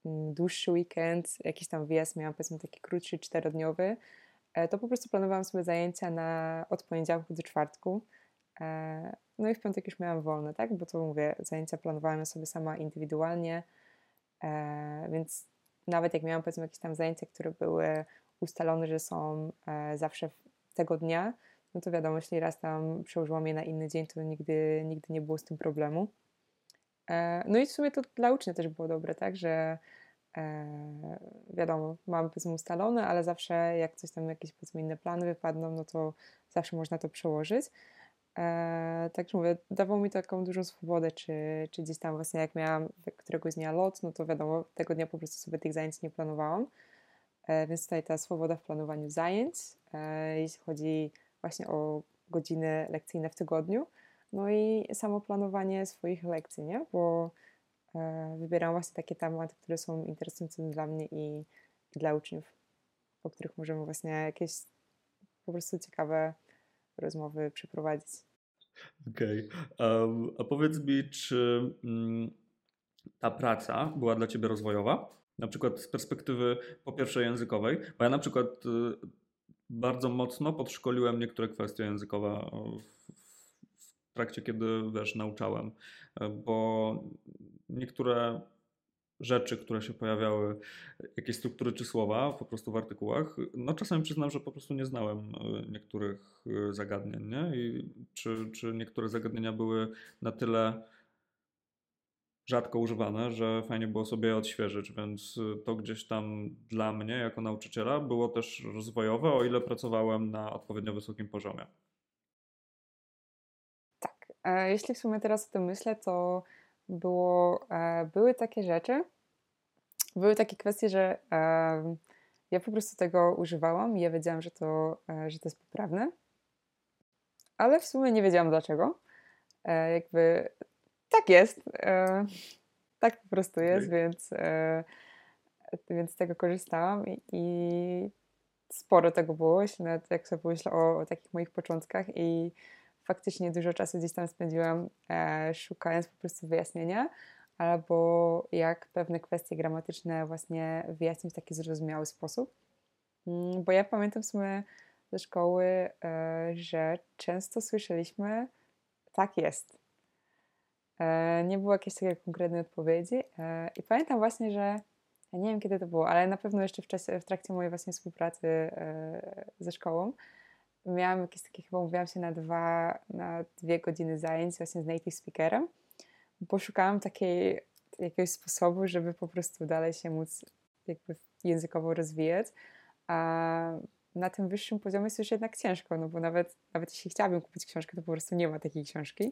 dłuższy weekend, jakiś tam wyjazd miałam, powiedzmy taki krótszy, 4-dniowy, to po prostu planowałam sobie zajęcia od poniedziałku do czwartku. No i w piątek już miałam wolne, tak? Bo to mówię, zajęcia planowałam sobie sama indywidualnie, więc nawet jak miałam, powiedzmy, jakieś tam zajęcia, które były ustalone, że są zawsze tego dnia, no to wiadomo, jeśli raz tam przełożyłam je na inny dzień, to nigdy nie było z tym problemu. No i w sumie to dla ucznia też było dobre, tak, że wiadomo, mamy, powiedzmy, ustalone, ale zawsze jak coś tam, jakieś, powiedzmy, inne plany wypadną, no to zawsze można to przełożyć. Także mówię, dawało mi taką dużą swobodę, czy gdzieś tam właśnie jak miałam któregoś dnia lot, no to wiadomo, tego dnia po prostu sobie tych zajęć nie planowałam. Więc tutaj ta swoboda w planowaniu zajęć, jeśli chodzi właśnie o godziny lekcyjne w tygodniu, no i samo planowanie swoich lekcji, nie? Bo wybieram właśnie takie tematy, które są interesujące dla mnie i dla uczniów, o których możemy właśnie jakieś po prostu ciekawe rozmowy przeprowadzić. Okej. A powiedz mi, czy ta praca była dla ciebie rozwojowa? Na przykład z perspektywy po pierwsze językowej, bo ja na przykład bardzo mocno podszkoliłem niektóre kwestie językowe w trakcie, kiedy wiesz, nauczałem, bo niektóre rzeczy, które się pojawiały, jakieś struktury czy słowa po prostu w artykułach, no czasami przyznam, że po prostu nie znałem niektórych zagadnień, nie? I czy niektóre zagadnienia były na tyle rzadko używane, że fajnie było sobie je odświeżyć, więc to gdzieś tam dla mnie jako nauczyciela było też rozwojowe, o ile pracowałem na odpowiednio wysokim poziomie. Tak, jeśli w sumie teraz o tym myślę, to były takie rzeczy, były takie kwestie, że ja po prostu tego używałam i ja wiedziałam, że to jest poprawne, ale w sumie nie wiedziałam dlaczego. Jakby tak jest, tak po prostu jest, Okej. więc z tego korzystałam i sporo tego było, jeśli nawet jak sobie pomyślę o takich moich początkach i faktycznie dużo czasu gdzieś tam spędziłam szukając po prostu wyjaśnienia albo jak pewne kwestie gramatyczne właśnie wyjaśnić w taki zrozumiały sposób. Bo ja pamiętam w sumie ze szkoły, że często słyszeliśmy tak jest. Nie było jakiejś takiej konkretnej odpowiedzi i pamiętam właśnie, że ja nie wiem kiedy to było, ale na pewno jeszcze w trakcie mojej właśnie współpracy ze szkołą miałam jakieś takie, chyba umówiłam się na 2 godziny zajęć właśnie z native speakerem, bo szukałam jakiegoś sposobu, żeby po prostu dalej się móc jakby językowo rozwijać, a na tym wyższym poziomie jest już jednak ciężko, no bo nawet jeśli chciałabym kupić książkę, to po prostu nie ma takiej książki.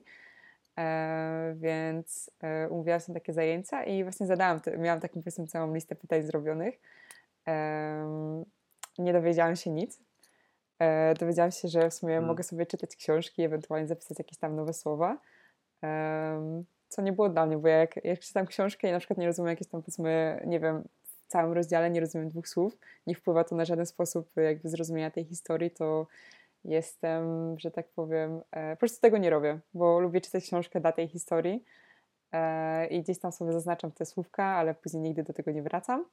Więc umówiłam sobie takie zajęcia i właśnie miałam taką, powiedzmy, całą listę pytań zrobionych. Nie dowiedziałam się nic. Dowiedziałam się, że w sumie mogę sobie czytać książki, ewentualnie zapisać jakieś tam nowe słowa, co nie było dla mnie, bo jak czytam książkę i na przykład nie rozumiem jakieś tam, powiedzmy, nie wiem, w całym rozdziale nie rozumiem 2 słów, nie wpływa to na żaden sposób jakby zrozumienia tej historii, to jestem, że tak powiem, po prostu tego nie robię, bo lubię czytać książkę dla tej historii i gdzieś tam sobie zaznaczam te słówka, ale później nigdy do tego nie wracam.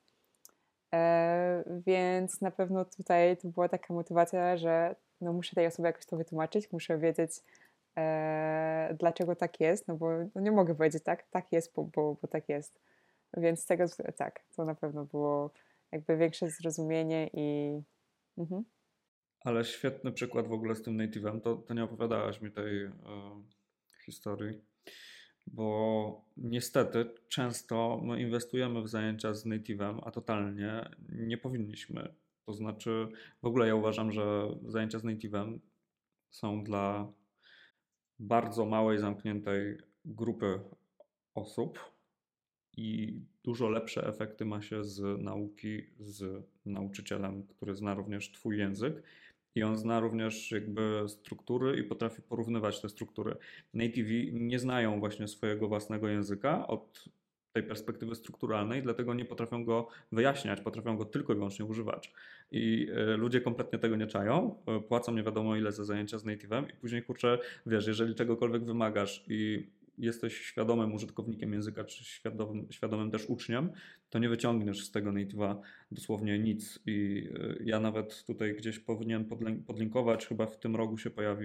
Więc na pewno tutaj to była taka motywacja, że no muszę tej osobie jakoś to wytłumaczyć, muszę wiedzieć, dlaczego tak jest, no bo no nie mogę powiedzieć tak jest, bo tak jest. Więc z tego, tak, to na pewno było jakby większe zrozumienie i... Mhm. Ale świetny przykład w ogóle z tym native'em. To nie opowiadałaś mi tej historii, bo niestety często my inwestujemy w zajęcia z native'em, a totalnie nie powinniśmy. To znaczy, w ogóle ja uważam, że zajęcia z native'em są dla bardzo małej, zamkniętej grupy osób i dużo lepsze efekty ma się z nauki z nauczycielem, który zna również Twój język i on zna również jakby struktury i potrafi porównywać te struktury. Nativi nie znają właśnie swojego własnego języka od tej perspektywy strukturalnej, dlatego nie potrafią go wyjaśniać, potrafią go tylko i wyłącznie używać. I ludzie kompletnie tego nie czają, płacą nie wiadomo ile za zajęcia z native'em i później kurczę, wiesz, jeżeli czegokolwiek wymagasz i jesteś świadomym użytkownikiem języka, czy świadomym też uczniem, to nie wyciągniesz z tego native'a dosłownie nic. I ja nawet tutaj gdzieś powinien podlinkować, chyba w tym rogu się pojawi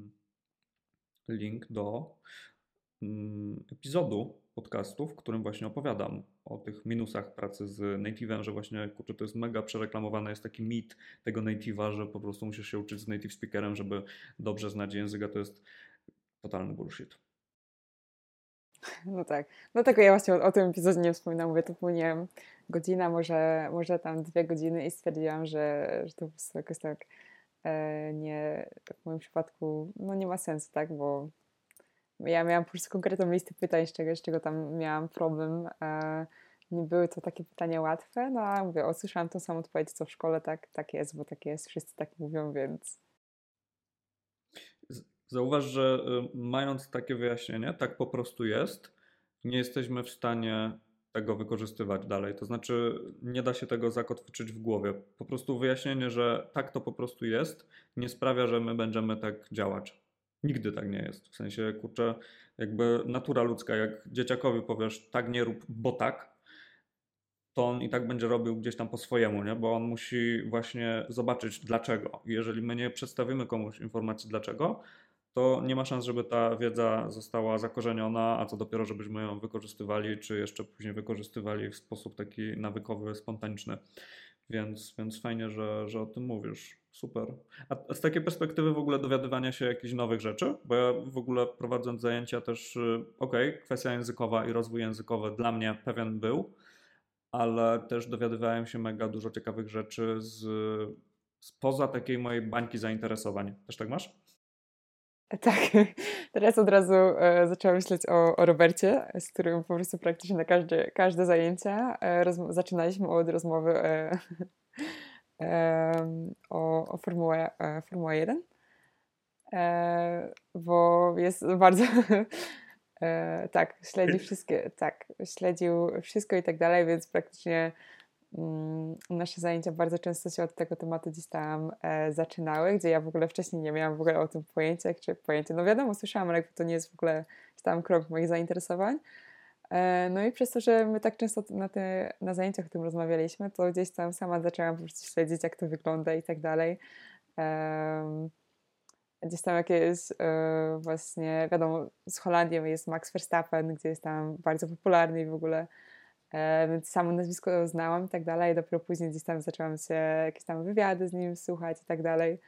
link do epizodu podcastu, w którym właśnie opowiadam o tych minusach pracy z native'em, że właśnie, kurczę, to jest mega przereklamowane, jest taki mit tego native'a, że po prostu musisz się uczyć z native speakerem, żeby dobrze znać język, a to jest totalny bullshit. No tak. Dlatego ja właśnie o tym epizodzie nie wspominam, mówię, to powinien godzina, może tam 2 godziny i stwierdziłam, że to po prostu jakoś tak nie, w moim przypadku, no nie ma sensu, tak, bo ja miałam po prostu konkretną listę pytań, z czego tam miałam problem. Nie były to takie pytania łatwe, no a mówię, usłyszałam tą samą odpowiedź, co w szkole, tak jest, bo tak jest, wszyscy tak mówią, więc... Zauważ, że mając takie wyjaśnienie, tak po prostu jest, nie jesteśmy w stanie tego wykorzystywać dalej. To znaczy, nie da się tego zakotwiczyć w głowie. Po prostu wyjaśnienie, że tak to po prostu jest, nie sprawia, że my będziemy tak działać. Nigdy tak nie jest. W sensie, kurczę, jakby natura ludzka, jak dzieciakowi powiesz, tak nie rób, bo tak, to on i tak będzie robił gdzieś tam po swojemu, nie? Bo on musi właśnie zobaczyć dlaczego. I jeżeli my nie przedstawimy komuś informacji dlaczego, to nie ma szans, żeby ta wiedza została zakorzeniona, a co dopiero, żebyśmy ją wykorzystywali, czy jeszcze później wykorzystywali w sposób taki nawykowy, spontaniczny. Więc fajnie, że o tym mówisz. Super. A z takiej perspektywy w ogóle dowiadywania się jakichś nowych rzeczy, bo ja w ogóle prowadząc zajęcia też, kwestia językowa i rozwój językowy dla mnie pewien był, ale też dowiadywałem się mega dużo ciekawych rzeczy spoza takiej mojej bańki zainteresowań. Też tak masz? Tak, teraz od razu zaczęłam myśleć o Robercie, z którym po prostu praktycznie na każde zajęcia zaczynaliśmy od rozmowy Formuła 1, bo jest bardzo tak, śledził wszystko i tak dalej, więc praktycznie nasze zajęcia bardzo często się od tego tematu gdzieś tam zaczynały, gdzie ja w ogóle wcześniej nie miałam w ogóle o tym pojęcia. No wiadomo, słyszałam, ale jakby to nie jest w ogóle tam krok moich zainteresowań. No i przez to, że my tak często na zajęciach o tym rozmawialiśmy, to gdzieś tam sama zaczęłam po prostu śledzić, jak to wygląda i tak dalej. Gdzieś tam jakieś właśnie, wiadomo, z Holandią jest Max Verstappen, gdzie jest tam bardzo popularny i w ogóle, więc samo nazwisko znałam i tak dalej. Dopiero później gdzieś tam zaczęłam się jakieś tam wywiady z nim słuchać i tak dalej.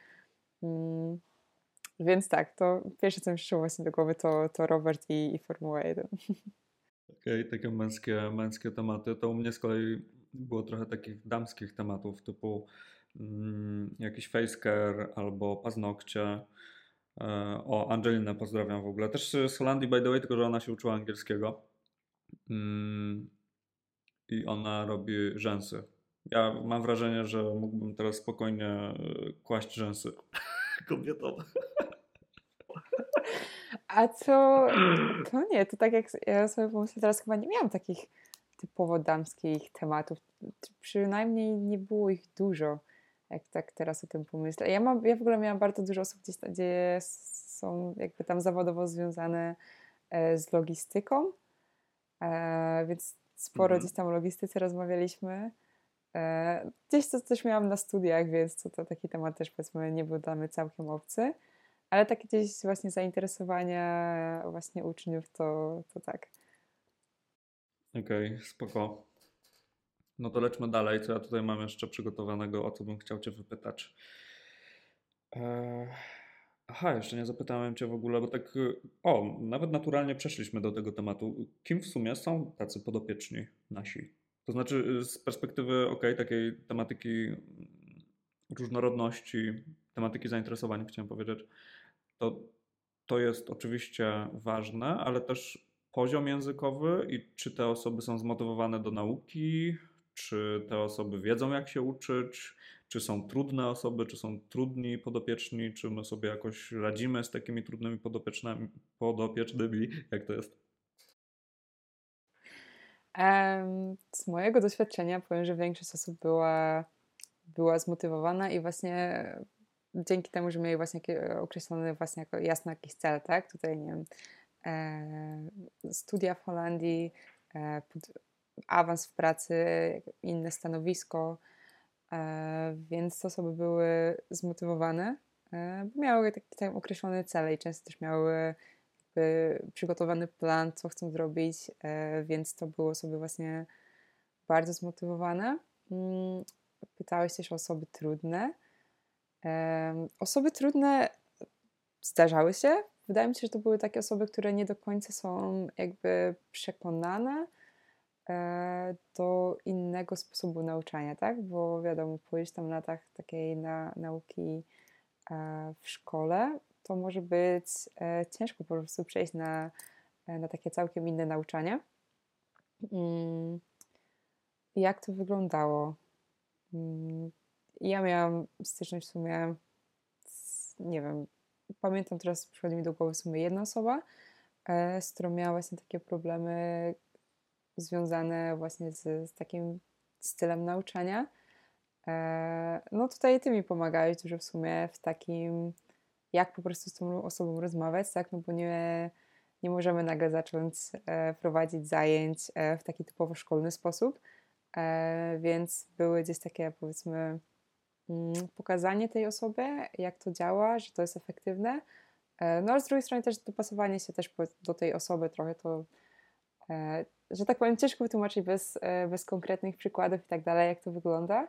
Więc tak, to pierwsze, co mi przyszło właśnie do głowy, to Robert i Formuła 1. Okej, takie męskie tematy. To u mnie z kolei było trochę takich damskich tematów, typu jakiś facecare albo paznokcie. O, Angelinę pozdrawiam w ogóle. Też z Holandii, by the way, tylko że ona się uczyła angielskiego. I ona robi rzęsy. Ja mam wrażenie, że mógłbym teraz spokojnie kłaść rzęsy kobietowe. A to nie, to tak jak ja sobie pomyślę, teraz chyba nie miałam takich typowo damskich tematów. Przynajmniej nie było ich dużo, jak tak teraz o tym pomyślę. Ja w ogóle miałam bardzo dużo osób gdzie są jakby tam zawodowo związane z logistyką, więc sporo gdzieś tam o logistyce rozmawialiśmy. Gdzieś to też miałam na studiach, więc to taki temat też powiedzmy nie był dla mnie całkiem obcy. Ale takie gdzieś właśnie zainteresowania właśnie uczniów, to tak. Okej, spoko. No to lećmy dalej, co ja tutaj mam jeszcze przygotowanego, o co bym chciał Cię wypytać. Aha, jeszcze nie zapytałem Cię w ogóle, bo tak, nawet naturalnie przeszliśmy do tego tematu. Kim w sumie są tacy podopieczni nasi? To znaczy z perspektywy, takiej tematyki różnorodności, tematyki zainteresowań, chciałem powiedzieć, to, to jest oczywiście ważne, ale też poziom językowy i czy te osoby są zmotywowane do nauki, czy te osoby wiedzą, jak się uczyć, czy są trudne osoby, czy są trudni podopieczni, czy my sobie jakoś radzimy z takimi trudnymi podopiecznymi, jak to jest? Z mojego doświadczenia powiem, że większość osób była zmotywowana i właśnie dzięki temu, że mieli właśnie określony właśnie jako jasno jakiś cel, tak? Tutaj nie wiem, studia w Holandii, awans w pracy, inne stanowisko, więc te osoby były zmotywowane, bo miały taki tam określone cele i często też miały przygotowany plan, co chcą zrobić, więc to były osoby właśnie bardzo zmotywowane. Pytałeś też o osoby trudne. Osoby trudne zdarzały się. Wydaje mi się, że to były takie osoby, które nie do końca są jakby przekonane do innego sposobu nauczania, tak? Bo wiadomo, po iluś tam latach takiej nauki w szkole, to może być ciężko po prostu przejść na takie całkiem inne nauczanie. Jak to wyglądało? Ja miałam styczność w sumie nie wiem, pamiętam teraz, przychodzi mi do głowy w sumie jedna osoba, z którą miała właśnie takie problemy związane właśnie z takim stylem nauczania. No tutaj ty mi pomagałeś dużo w sumie w takim, jak po prostu z tą osobą rozmawiać, tak, no bo nie możemy nagle zacząć prowadzić zajęć w taki typowo szkolny sposób, więc były gdzieś takie, powiedzmy, pokazanie tej osoby, jak to działa, że to jest efektywne, no ale z drugiej strony też dopasowanie się też do tej osoby trochę to, że tak powiem, ciężko wytłumaczyć bez konkretnych przykładów i tak dalej, jak to wygląda.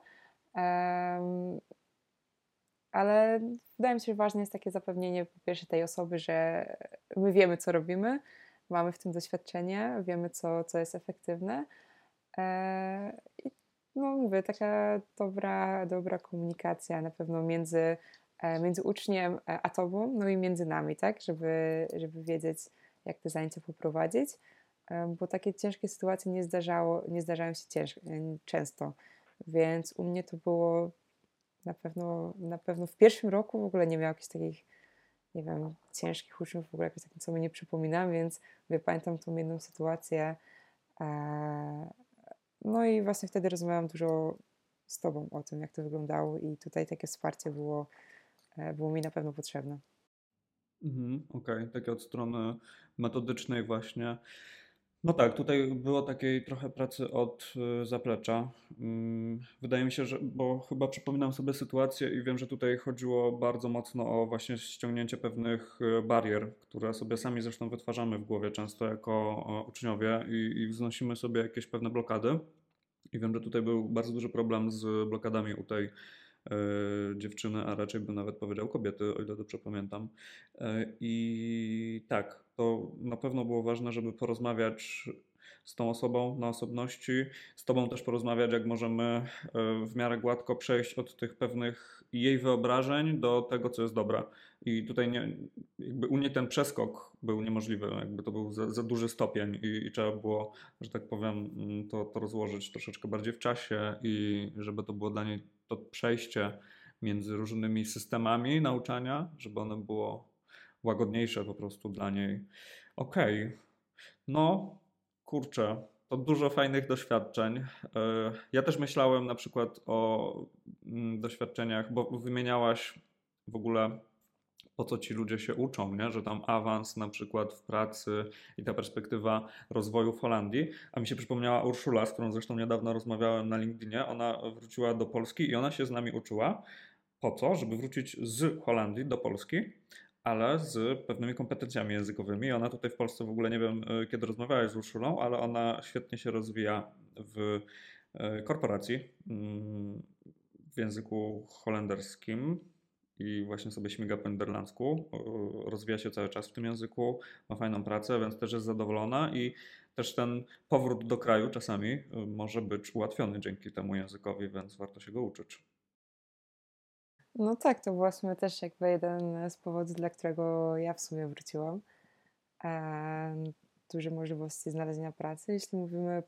Ale wydaje mi się, że ważne jest takie zapewnienie po pierwsze tej osoby, że my wiemy, co robimy, mamy w tym doświadczenie, wiemy, co jest efektywne. I no mówię, taka dobra komunikacja na pewno między uczniem a tobą, no i między nami, tak, żeby wiedzieć, jak te zajęcia poprowadzić, bo takie ciężkie sytuacje nie zdarzają się często, więc u mnie to było na pewno w pierwszym roku w ogóle nie miałam jakichś takich, nie wiem, ciężkich uczniów, w ogóle jakoś takim sobie nie przypominam, więc pamiętam tą jedną sytuację. No i właśnie wtedy rozmawiałam dużo z tobą o tym, jak to wyglądało i tutaj takie wsparcie było mi na pewno potrzebne. Okej, takie od strony metodycznej właśnie. No tak, tutaj było takiej trochę pracy od zaplecza. Wydaje mi się, że, bo chyba przypominam sobie sytuację i wiem, że tutaj chodziło bardzo mocno o właśnie ściągnięcie pewnych barier, które sobie sami zresztą wytwarzamy w głowie często jako uczniowie i wznosimy sobie jakieś pewne blokady. I wiem, że tutaj był bardzo duży problem z blokadami u tej dziewczyny, a raczej bym nawet powiedział kobiety, o ile dobrze pamiętam. I tak, to na pewno było ważne, żeby porozmawiać z tą osobą na osobności, z tobą też porozmawiać, jak możemy w miarę gładko przejść od tych pewnych jej wyobrażeń do tego, co jest dobre. I tutaj jakby u niej ten przeskok był niemożliwy, jakby to był za duży stopień i trzeba było, że tak powiem, to rozłożyć troszeczkę bardziej w czasie i żeby to było dla niej to przejście między różnymi systemami nauczania, żeby ono było łagodniejsze po prostu dla niej. Okej, no kurczę, to dużo fajnych doświadczeń. Ja też myślałem na przykład o doświadczeniach, bo wymieniałaś w ogóle po co ci ludzie się uczą, nie? Że tam awans na przykład w pracy i ta perspektywa rozwoju w Holandii. A mi się przypomniała Urszula, z którą zresztą niedawno rozmawiałem na LinkedInie. Ona wróciła do Polski i ona się z nami uczyła. Po co? Żeby wrócić z Holandii do Polski, ale z pewnymi kompetencjami językowymi. Ona tutaj w Polsce w ogóle nie wiem, kiedy rozmawiałeś z Urszulą, ale ona świetnie się rozwija w korporacji w języku holenderskim i właśnie sobie śmiga po niderlandzku. Rozwija się cały czas w tym języku, ma fajną pracę, więc też jest zadowolona i też ten powrót do kraju czasami może być ułatwiony dzięki temu językowi, więc warto się go uczyć. No tak, to był w sumie też jakby jeden z powodów, dla którego ja w sumie wróciłam. Duże możliwości znalezienia pracy. Jeśli mówimy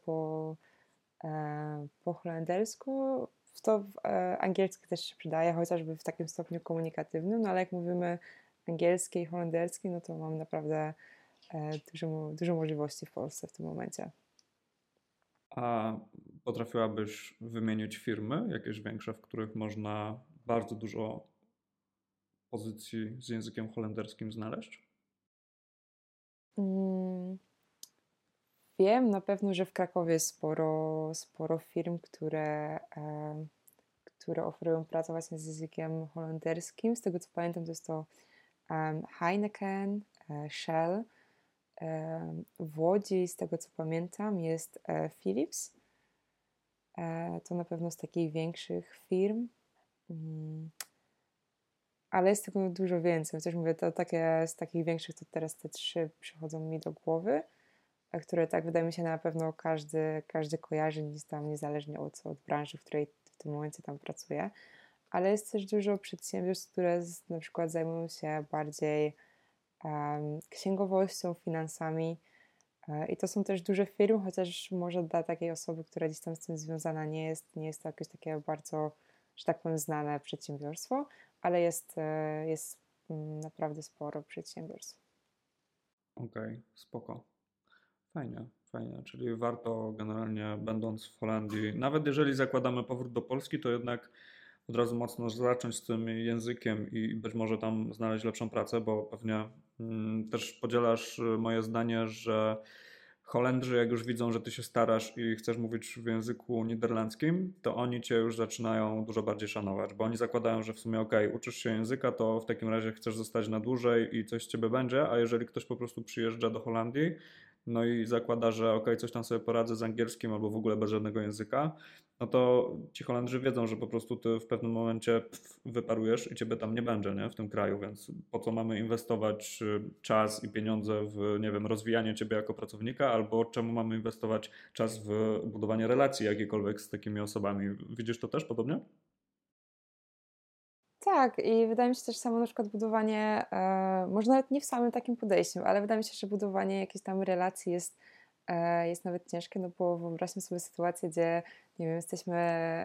po holendersku, to angielski też się przydaje, chociażby w takim stopniu komunikatywnym, no ale jak mówimy angielski i holenderski, no to mamy naprawdę dużo możliwości w Polsce w tym momencie. A potrafiłabyś wymienić firmy, jakieś większe, w których można bardzo dużo pozycji z językiem holenderskim znaleźć? Mm, Wiem na pewno, że w Krakowie jest sporo firm, które oferują pracę właśnie z językiem holenderskim. Z tego co pamiętam, to jest to Heineken, Shell. W Łodzi, z tego co pamiętam, jest Philips. To na pewno z takich większych firm. Mm, Ale jest tego dużo więcej. Chociaż mówię, to takie z takich większych, to teraz te trzy przychodzą mi do głowy, które tak wydaje mi się na pewno każdy kojarzy gdzieś tam, niezależnie od branży, w której w tym momencie tam pracuje. Ale jest też dużo przedsiębiorstw, które na przykład zajmują się bardziej księgowością, finansami. I to są też duże firmy, chociaż może dla takiej osoby, która gdzieś tam z tym związana nie jest to jakieś takie bardzo, że tak powiem, znane przedsiębiorstwo, ale jest naprawdę sporo przedsiębiorstw. Okej, spoko. Fajnie, fajnie. Czyli warto generalnie, będąc w Holandii, nawet jeżeli zakładamy powrót do Polski, to jednak od razu mocno zacząć z tym językiem i być może tam znaleźć lepszą pracę, bo pewnie też podzielasz moje zdanie, że Holendrzy, jak już widzą, że ty się starasz i chcesz mówić w języku niderlandzkim, to oni cię już zaczynają dużo bardziej szanować, bo oni zakładają, że w sumie okej, uczysz się języka, to w takim razie chcesz zostać na dłużej i coś z ciebie będzie, a jeżeli ktoś po prostu przyjeżdża do Holandii, no i zakłada, że okej, coś tam sobie poradzę z angielskim albo w ogóle bez żadnego języka, no to ci Holendrzy wiedzą, że po prostu ty w pewnym momencie wyparujesz i ciebie tam nie będzie, nie, w tym kraju, więc po co mamy inwestować czas i pieniądze w, nie wiem, rozwijanie ciebie jako pracownika, albo czemu mamy inwestować czas w budowanie relacji jakiejkolwiek z takimi osobami. Widzisz to też podobnie? Tak, i wydaje mi się też samo na przykład budowanie, może nawet nie w samym takim podejściu, ale wydaje mi się, że budowanie jakiejś tam relacji jest nawet ciężkie, no bo wyobraźmy sobie sytuację, gdzie, nie wiem, jesteśmy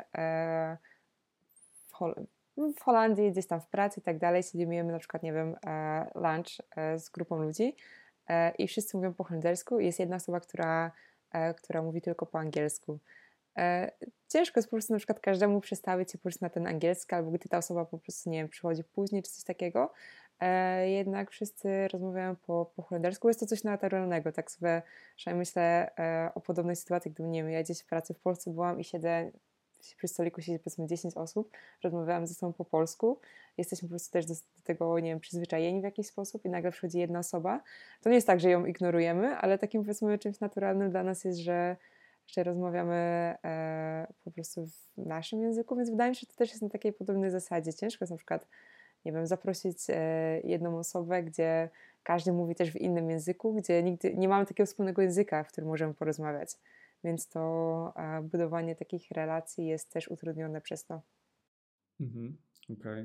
w, Hol- w Holandii, gdzieś tam w pracy i tak dalej, siedzimy, jemy na przykład, nie wiem, lunch z grupą ludzi i wszyscy mówią po holendersku i jest jedna osoba, która mówi tylko po angielsku. E, Ciężko jest po prostu na przykład każdemu przestawić się po prostu na ten angielski, albo gdy ta osoba po prostu, nie wiem, przychodzi później czy coś takiego. Jednak wszyscy rozmawiają po holendersku. Jest to coś naturalnego, tak sobie przynajmniej myślę o podobnej sytuacji, gdy, nie wiem, ja gdzieś w pracy w Polsce byłam i siedzę przy stoliku siedzi powiedzmy 10 osób, rozmawiałam ze sobą po polsku, jesteśmy po prostu też do tego, nie wiem, przyzwyczajeni w jakiś sposób i nagle przychodzi jedna osoba. To nie jest tak, że ją ignorujemy, ale takim powiedzmy czymś naturalnym dla nas jest, że rozmawiamy po prostu w naszym języku, więc wydaje mi się, że to też jest na takiej podobnej zasadzie. Ciężko jest na przykład, nie wiem, zaprosić jedną osobę, gdzie każdy mówi też w innym języku, gdzie nigdy nie mamy takiego wspólnego języka, w którym możemy porozmawiać. Więc to budowanie takich relacji jest też utrudnione przez to. Mhm, okej,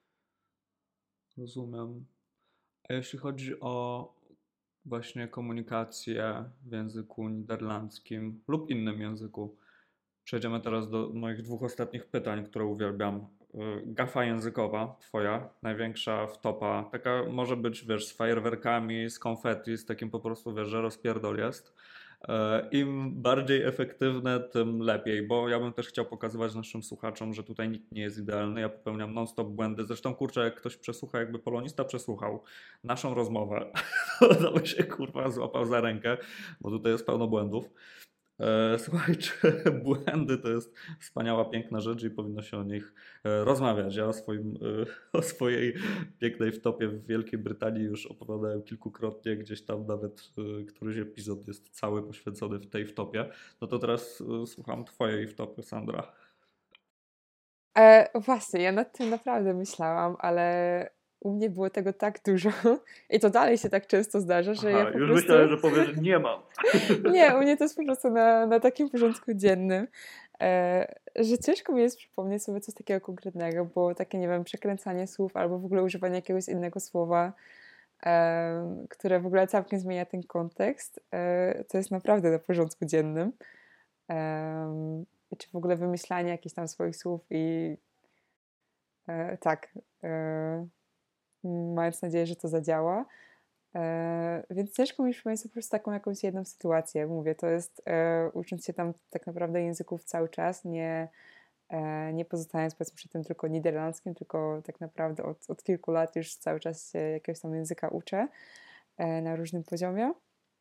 rozumiem. A jeśli chodzi o właśnie komunikację w języku niderlandzkim lub innym języku, przejdziemy teraz do moich dwóch ostatnich pytań, które uwielbiam. Gafa językowa, twoja, największa wtopa, taka może być, wiesz, z fajerwerkami, z konfetti, z takim po prostu, wiesz, że rozpierdol jest. Im bardziej efektywne, tym lepiej, bo ja bym też chciał pokazywać naszym słuchaczom, że tutaj nikt nie jest idealny, ja popełniam non-stop błędy. Zresztą, kurczę, jak ktoś przesłucha, jakby polonista przesłuchał naszą rozmowę, to by się kurwa złapał za rękę, bo tutaj jest pełno błędów. Słuchajcie, błędy to jest wspaniała, piękna rzecz i powinno się o nich rozmawiać. Ja o swojej pięknej wtopie w Wielkiej Brytanii już opowiadałem kilkukrotnie, gdzieś tam nawet któryś epizod jest cały poświęcony w tej wtopie. No to teraz słucham twojej wtopy, Sandra. Właśnie, ja nad tym naprawdę myślałam, ale u mnie było tego tak dużo i to dalej się tak często zdarza, że ja Aha, po już prostu myślałem, że powiesz, że nie mam. nie, u mnie to jest po prostu na takim porządku dziennym, że ciężko mi jest przypomnieć sobie coś takiego konkretnego, bo takie, nie wiem, przekręcanie słów albo w ogóle używanie jakiegoś innego słowa, które w ogóle całkiem zmienia ten kontekst, to jest naprawdę na porządku dziennym. Czy w ogóle wymyślanie jakichś tam swoich słów i tak, mając nadzieję, że to zadziała. Więc ciężko mi przypomnieć sobie po prostu taką jakąś jedną sytuację. Mówię, to jest ucząc się tam tak naprawdę języków cały czas, nie pozostając powiedzmy przy tym tylko niderlandzkim, tylko tak naprawdę od kilku lat już cały czas się jakiegoś tam języka uczę. na różnym poziomie.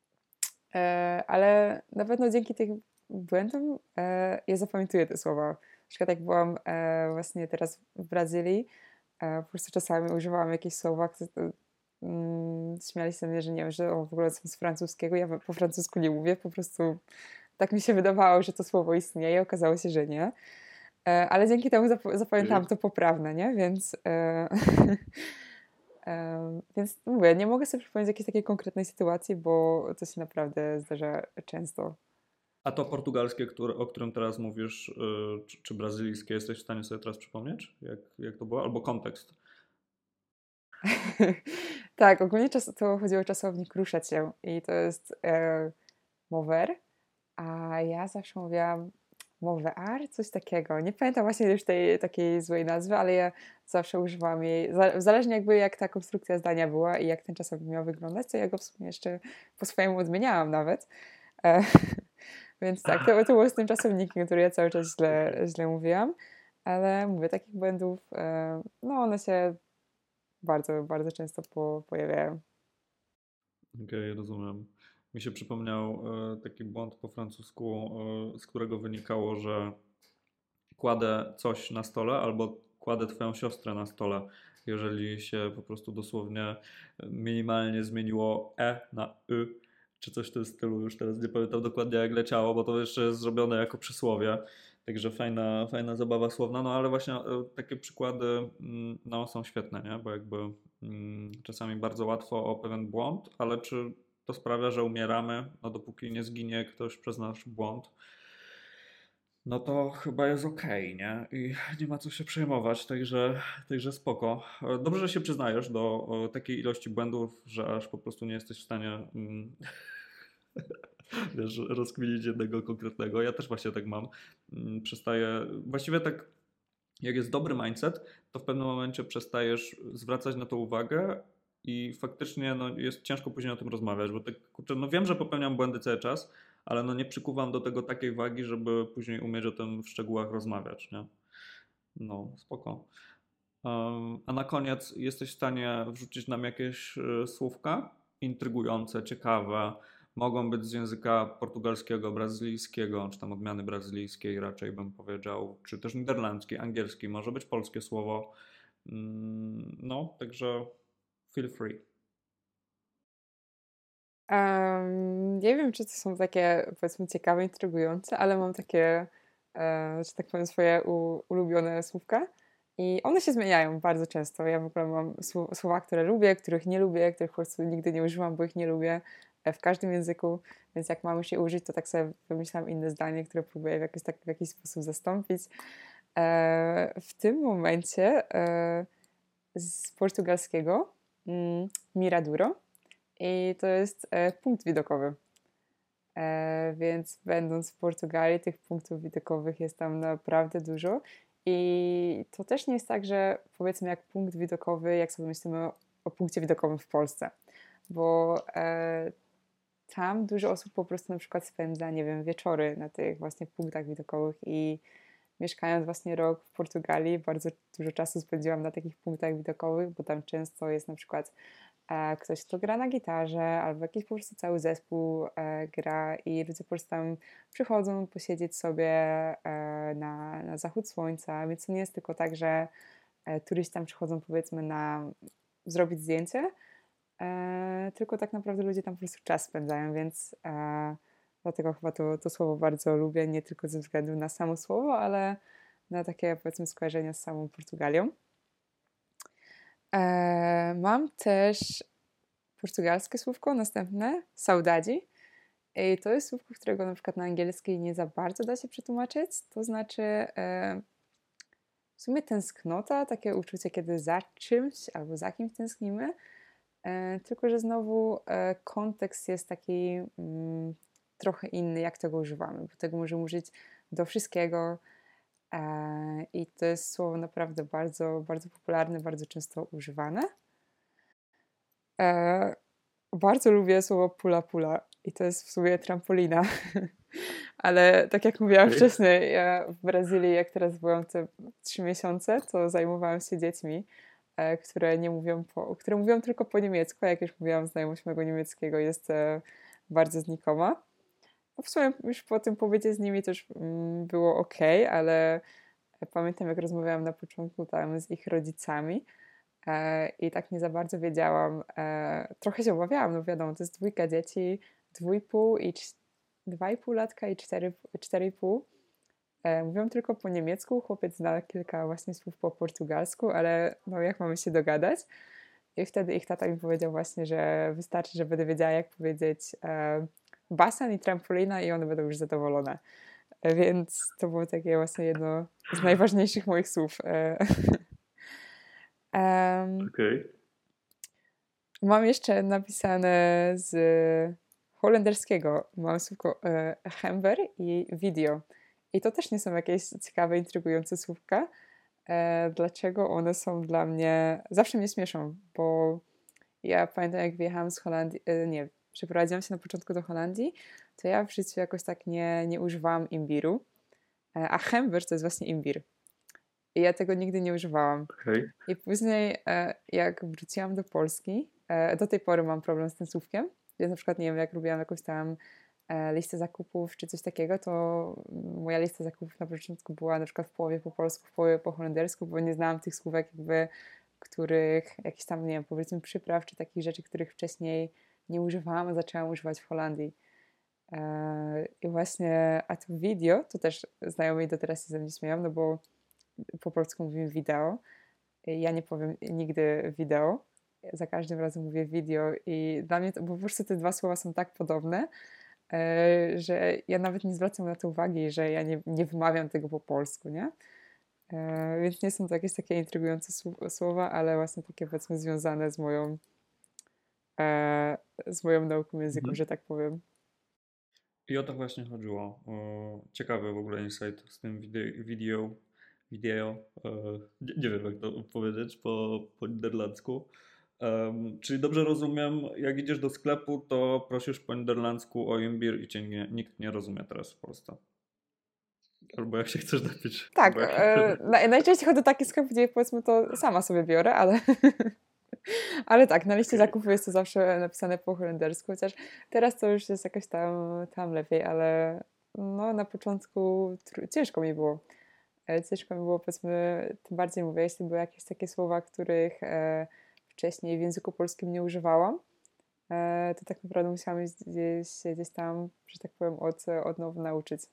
Ale na pewno dzięki tym błędom ja zapamiętuję te słowa. Na przykład jak byłam właśnie teraz w Brazylii, po prostu czasami używałam jakieś słowa, które śmiali się ze mnie, że nie wiem, że w ogóle są z francuskiego. Ja po francusku nie mówię, po prostu tak mi się wydawało, że to słowo istnieje, okazało się, że nie. Ale dzięki temu zapamiętałam to poprawne, nie? Więc, więc mówię, nie mogę sobie przypomnieć jakiejś takiej konkretnej sytuacji, bo to się naprawdę zdarza często. A to portugalskie, o którym teraz mówisz, czy brazylijskie, jesteś w stanie sobie teraz przypomnieć, jak to było? Albo kontekst. Tak, ogólnie to chodziło o czasownik ruszać się i to jest mover, a ja zawsze mówiłam movear, coś takiego. Nie pamiętam właśnie już tej takiej złej nazwy, ale ja zawsze używałam jej, zależnie jakby jak ta konstrukcja zdania była i jak ten czasownik miał wyglądać, to ja go w sumie jeszcze po swojemu odmieniałam nawet. E, Więc tak, to było z tym czasownikiem, który ja cały czas źle mówiłam, ale mówię, takich błędów, no one się bardzo, bardzo często pojawiają. Okej, rozumiem. Mi się przypomniał taki błąd po francusku, z którego wynikało, że kładę coś na stole albo kładę twoją siostrę na stole, jeżeli się po prostu dosłownie minimalnie zmieniło na czy coś w tym stylu. Już teraz nie pamiętam dokładnie jak leciało, bo to jeszcze jest zrobione jako przysłowie. Także fajna zabawa słowna, no ale właśnie takie przykłady no, są świetne, nie? Bo jakby czasami bardzo łatwo o pewien błąd, ale czy to sprawia, że umieramy, no dopóki nie zginie ktoś przez nasz błąd, no to chyba jest okej, nie? I nie ma co się przejmować, także spoko. Dobrze, że się przyznajesz do takiej ilości błędów, że aż po prostu nie jesteś w stanie wiesz, rozkminić jednego konkretnego. Ja też właśnie tak mam. Przestaję, właściwie tak jak jest dobry mindset, to w pewnym momencie przestajesz zwracać na to uwagę i faktycznie no, jest ciężko później o tym rozmawiać, bo tak, kurczę, no wiem, że popełniam błędy cały czas, ale no nie przykuwam do tego takiej wagi, żeby później umieć o tym w szczegółach rozmawiać, nie? No, spoko. A na koniec jesteś w stanie wrzucić nam jakieś słówka intrygujące, ciekawe, mogą być z języka portugalskiego, brazylijskiego, czy tam odmiany brazylijskiej raczej bym powiedział, czy też niderlandzki, angielski, może być polskie słowo. No, także feel free. Nie wiem, czy to są takie, powiedzmy, ciekawe, intrygujące, ale mam takie, że tak powiem, swoje ulubione słówka i one się zmieniają bardzo często. Ja w ogóle mam słowa, które lubię, których nie lubię, których po prostu nigdy nie używam, bo ich nie lubię w każdym języku, więc jak mam już je użyć, to tak sobie wymyślam inne zdanie, które próbuję w jakiś sposób zastąpić. W tym momencie z portugalskiego miraduro i to jest punkt widokowy. Więc będąc w Portugalii, tych punktów widokowych jest tam naprawdę dużo. I to też nie jest tak, że powiedzmy jak punkt widokowy, jak sobie myślimy o punkcie widokowym w Polsce, bo tam dużo osób po prostu na przykład spędza, nie wiem, wieczory na tych właśnie punktach widokowych i mieszkając właśnie rok w Portugalii, bardzo dużo czasu spędziłam na takich punktach widokowych, bo tam często jest na przykład ktoś, kto gra na gitarze, albo jakiś po prostu cały zespół gra i ludzie po prostu tam przychodzą posiedzieć sobie na zachód słońca, więc to nie jest tylko tak, że turyści tam przychodzą powiedzmy na zrobić zdjęcie, tylko tak naprawdę ludzie tam po prostu czas spędzają, więc dlatego chyba to słowo bardzo lubię, nie tylko ze względu na samo słowo, ale na takie powiedzmy skojarzenia z samą Portugalią. Mam też portugalskie słówko, następne, saudade. I to jest słówko, którego na przykład na angielskiej nie za bardzo da się przetłumaczyć. To znaczy w sumie tęsknota, takie uczucie, kiedy za czymś albo za kimś tęsknimy. Tylko że znowu kontekst jest taki trochę inny, jak tego używamy, bo tego możemy użyć do wszystkiego. I to jest słowo naprawdę bardzo, bardzo popularne, bardzo często używane. Bardzo lubię słowo pula pula i to jest w sumie trampolina. Ale tak jak mówiłam wcześniej, ja w Brazylii, jak teraz byłam te 3 miesiące, to zajmowałam się dziećmi które mówią tylko po niemiecku, a jak już mówiłam, znajomość mojego niemieckiego jest bardzo znikoma. W sumie już po tym pobycie z nimi też było ok, ale pamiętam, jak rozmawiałam na początku tam z ich rodzicami i tak nie za bardzo wiedziałam, trochę się obawiałam, no wiadomo, to jest dwójka dzieci, 2,5 latka i 4,5. Mówią tylko po niemiecku, chłopiec zna kilka właśnie słów po portugalsku, ale no jak mamy się dogadać? I wtedy ich tata mi powiedział właśnie, że wystarczy, że będę wiedziała, jak powiedzieć basen i trampolina i one będą już zadowolone. Więc to było takie właśnie jedno z najważniejszych moich słów. Okej. Mam jeszcze napisane z holenderskiego. Mam słówko hember i video. I to też nie są jakieś ciekawe, intrygujące słówka. Dlaczego one są dla mnie... Zawsze mnie śmieszą, bo ja pamiętam, jak wyjechałam z Holandii... Nie, przeprowadziłam się na początku do Holandii, to ja w życiu jakoś tak nie używałam imbiru. A hember to jest właśnie imbir. I ja tego nigdy nie używałam. Okej. I później, jak wróciłam do Polski, do tej pory mam problem z tym słówkiem. Więc na przykład, nie wiem, jak robiłam jakąś tam listę zakupów czy coś takiego, to moja lista zakupów na początku była na przykład w połowie po polsku, w połowie po holendersku, bo nie znałam tych słówek jakby, których, jakichś tam, nie wiem, powiedzmy przypraw czy takich rzeczy, których wcześniej nie używałam, a zaczęłam używać w Holandii. I właśnie, a to video, to też znajomi do teraz się ze mnie śmieją, no bo po polsku mówimy wideo. Ja nie powiem nigdy wideo. Za każdym razem mówię video i dla mnie to, bo po prostu te dwa słowa są tak podobne, że ja nawet nie zwracam na to uwagi, że ja nie wymawiam tego po polsku, nie? Więc nie są to jakieś takie intrygujące słowa, ale właśnie takie powiedzmy związane z moją nauką języków, Mhm. że tak powiem. I o to właśnie chodziło. Ciekawy w ogóle insight z tym wideo. Nie wiem, jak to powiedzieć po niderlandzku. Czyli dobrze rozumiem, jak idziesz do sklepu, to prosisz po niderlandzku o imbir i cię nikt nie rozumie teraz w Polsce. Albo jak się chcesz napić. Tak, Albo jak się chcesz napić. najczęściej chodzę do takich sklepów, gdzie powiedzmy to sama sobie biorę, ale, ale tak, na liście Okej. zakupów jest to zawsze napisane po holendersku, chociaż teraz to już jest jakoś tam lepiej, ale no na początku ciężko mi było. Ciężko mi było, powiedzmy, tym bardziej mówię, jeśli były jakieś takie słowa, których wcześniej w języku polskim nie używałam, to tak naprawdę musiałam gdzieś tam, że tak powiem, od nowa nauczyć.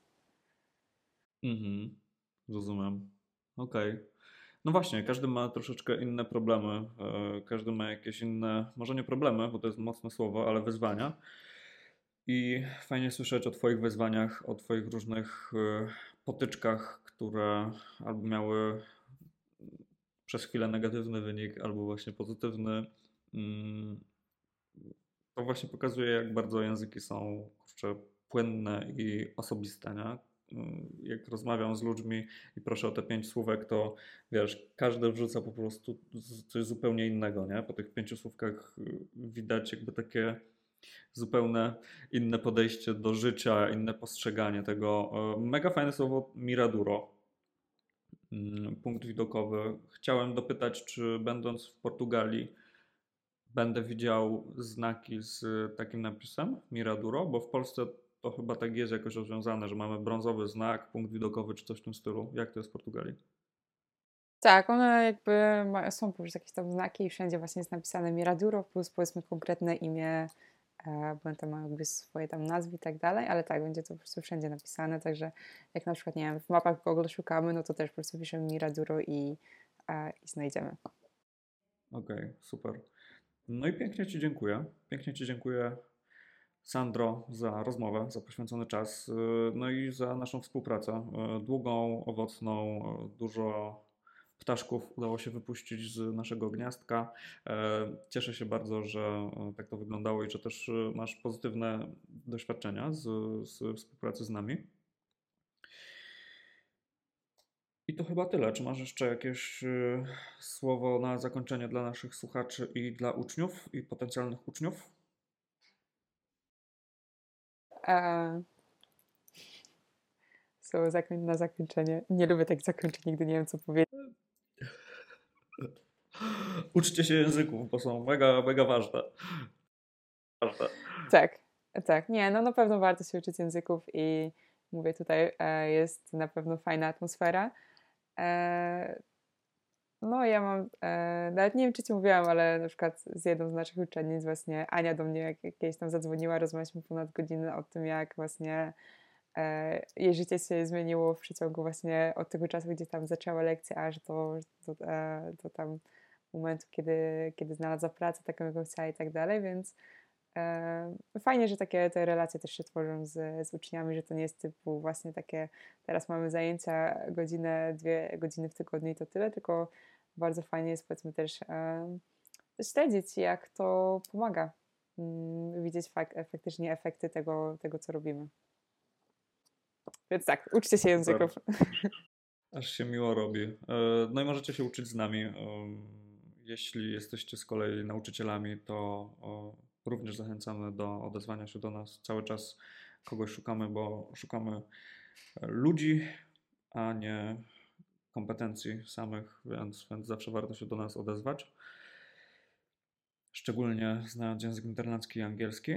Mhm. Rozumiem. Okej. No właśnie, każdy ma troszeczkę inne problemy. Każdy ma jakieś inne, może nie problemy, bo to jest mocne słowo, ale wyzwania. I fajnie słyszeć o Twoich wyzwaniach, o Twoich różnych potyczkach, które albo miały przez chwilę negatywny wynik, albo właśnie pozytywny. Mm, To właśnie pokazuje, jak bardzo języki są kurczę, płynne i osobiste, nie? Jak rozmawiam z ludźmi i proszę o te 5 słówek, to wiesz, każdy wrzuca po prostu coś zupełnie innego, nie? Po tych 5 słówkach widać jakby takie zupełnie inne podejście do życia, inne postrzeganie tego. Mega fajne słowo Miraduro, punkt widokowy. Chciałem dopytać, czy będąc w Portugalii będę widział znaki z takim napisem Miraduro, bo w Polsce to chyba tak jest jakoś rozwiązane, że mamy brązowy znak, punkt widokowy czy coś w tym stylu. Jak to jest w Portugalii? Tak, one jakby są po prostu jakieś tam znaki i wszędzie właśnie jest napisane Miraduro plus powiedzmy konkretne imię, bo tam ma jakby swoje tam nazwy i tak dalej, ale tak, będzie to po prostu wszędzie napisane, także jak na przykład, nie wiem, w mapach Google szukamy, no to też po prostu piszemy Miraduro i znajdziemy. Okej, super. No i pięknie Ci dziękuję. Pięknie Ci dziękuję, Sandro, za rozmowę, za poświęcony czas, no i za naszą współpracę. Długą, owocną, dużo ptaszków udało się wypuścić z naszego gniazdka. Cieszę się bardzo, że tak to wyglądało i że też masz pozytywne doświadczenia z współpracy z nami. I to chyba tyle. Czy masz jeszcze jakieś słowo na zakończenie dla naszych słuchaczy i dla uczniów i potencjalnych uczniów? E, Słowo na zakończenie. Nie lubię tak zakończyć, nigdy nie wiem co powiedzieć. Uczcie się języków, bo są mega, mega ważne. Tak, tak. Nie, no na pewno warto się uczyć języków i mówię tutaj, jest na pewno fajna atmosfera. E, No ja mam, nawet nie wiem czy ci mówiłam, ale na przykład z jedną z naszych uczennic właśnie Ania do mnie jakieś tam zadzwoniła, rozmawialiśmy ponad godzinę o tym, jak właśnie jej życie się zmieniło w przeciągu właśnie od tego czasu, gdzie tam zaczęła lekcję, aż do tam momentu, kiedy znalazła pracę taką, jaką chciała i tak dalej, więc fajnie, że takie te relacje też się tworzą z uczniami, że to nie jest typu właśnie takie, teraz mamy zajęcia godzinę, 2 godziny w tygodniu i to tyle, tylko bardzo fajnie jest powiedzmy też śledzić, jak to pomaga, widzieć faktycznie efekty tego, co robimy. Więc tak, uczcie się Super. języków. Aż się miło robi. No i możecie się uczyć z nami. Jeśli jesteście z kolei nauczycielami, to również zachęcamy do odezwania się do nas. Cały czas kogoś szukamy, bo szukamy ludzi, a nie kompetencji samych, więc zawsze warto się do nas odezwać. Szczególnie znając język niderlandzki i angielski.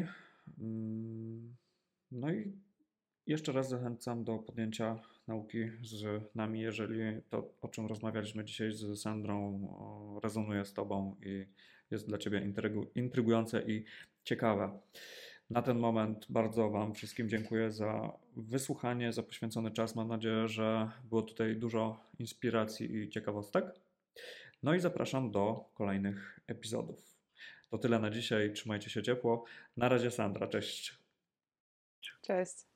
No i jeszcze raz zachęcam do podjęcia nauki z nami, jeżeli to, o czym rozmawialiśmy dzisiaj z Sandrą, rezonuje z Tobą i jest dla Ciebie intrygujące i ciekawe. Na ten moment bardzo Wam wszystkim dziękuję za wysłuchanie, za poświęcony czas. Mam nadzieję, że było tutaj dużo inspiracji i ciekawostek. No i zapraszam do kolejnych epizodów. To tyle na dzisiaj. Trzymajcie się ciepło. Na razie, Sandra. Cześć. Cześć.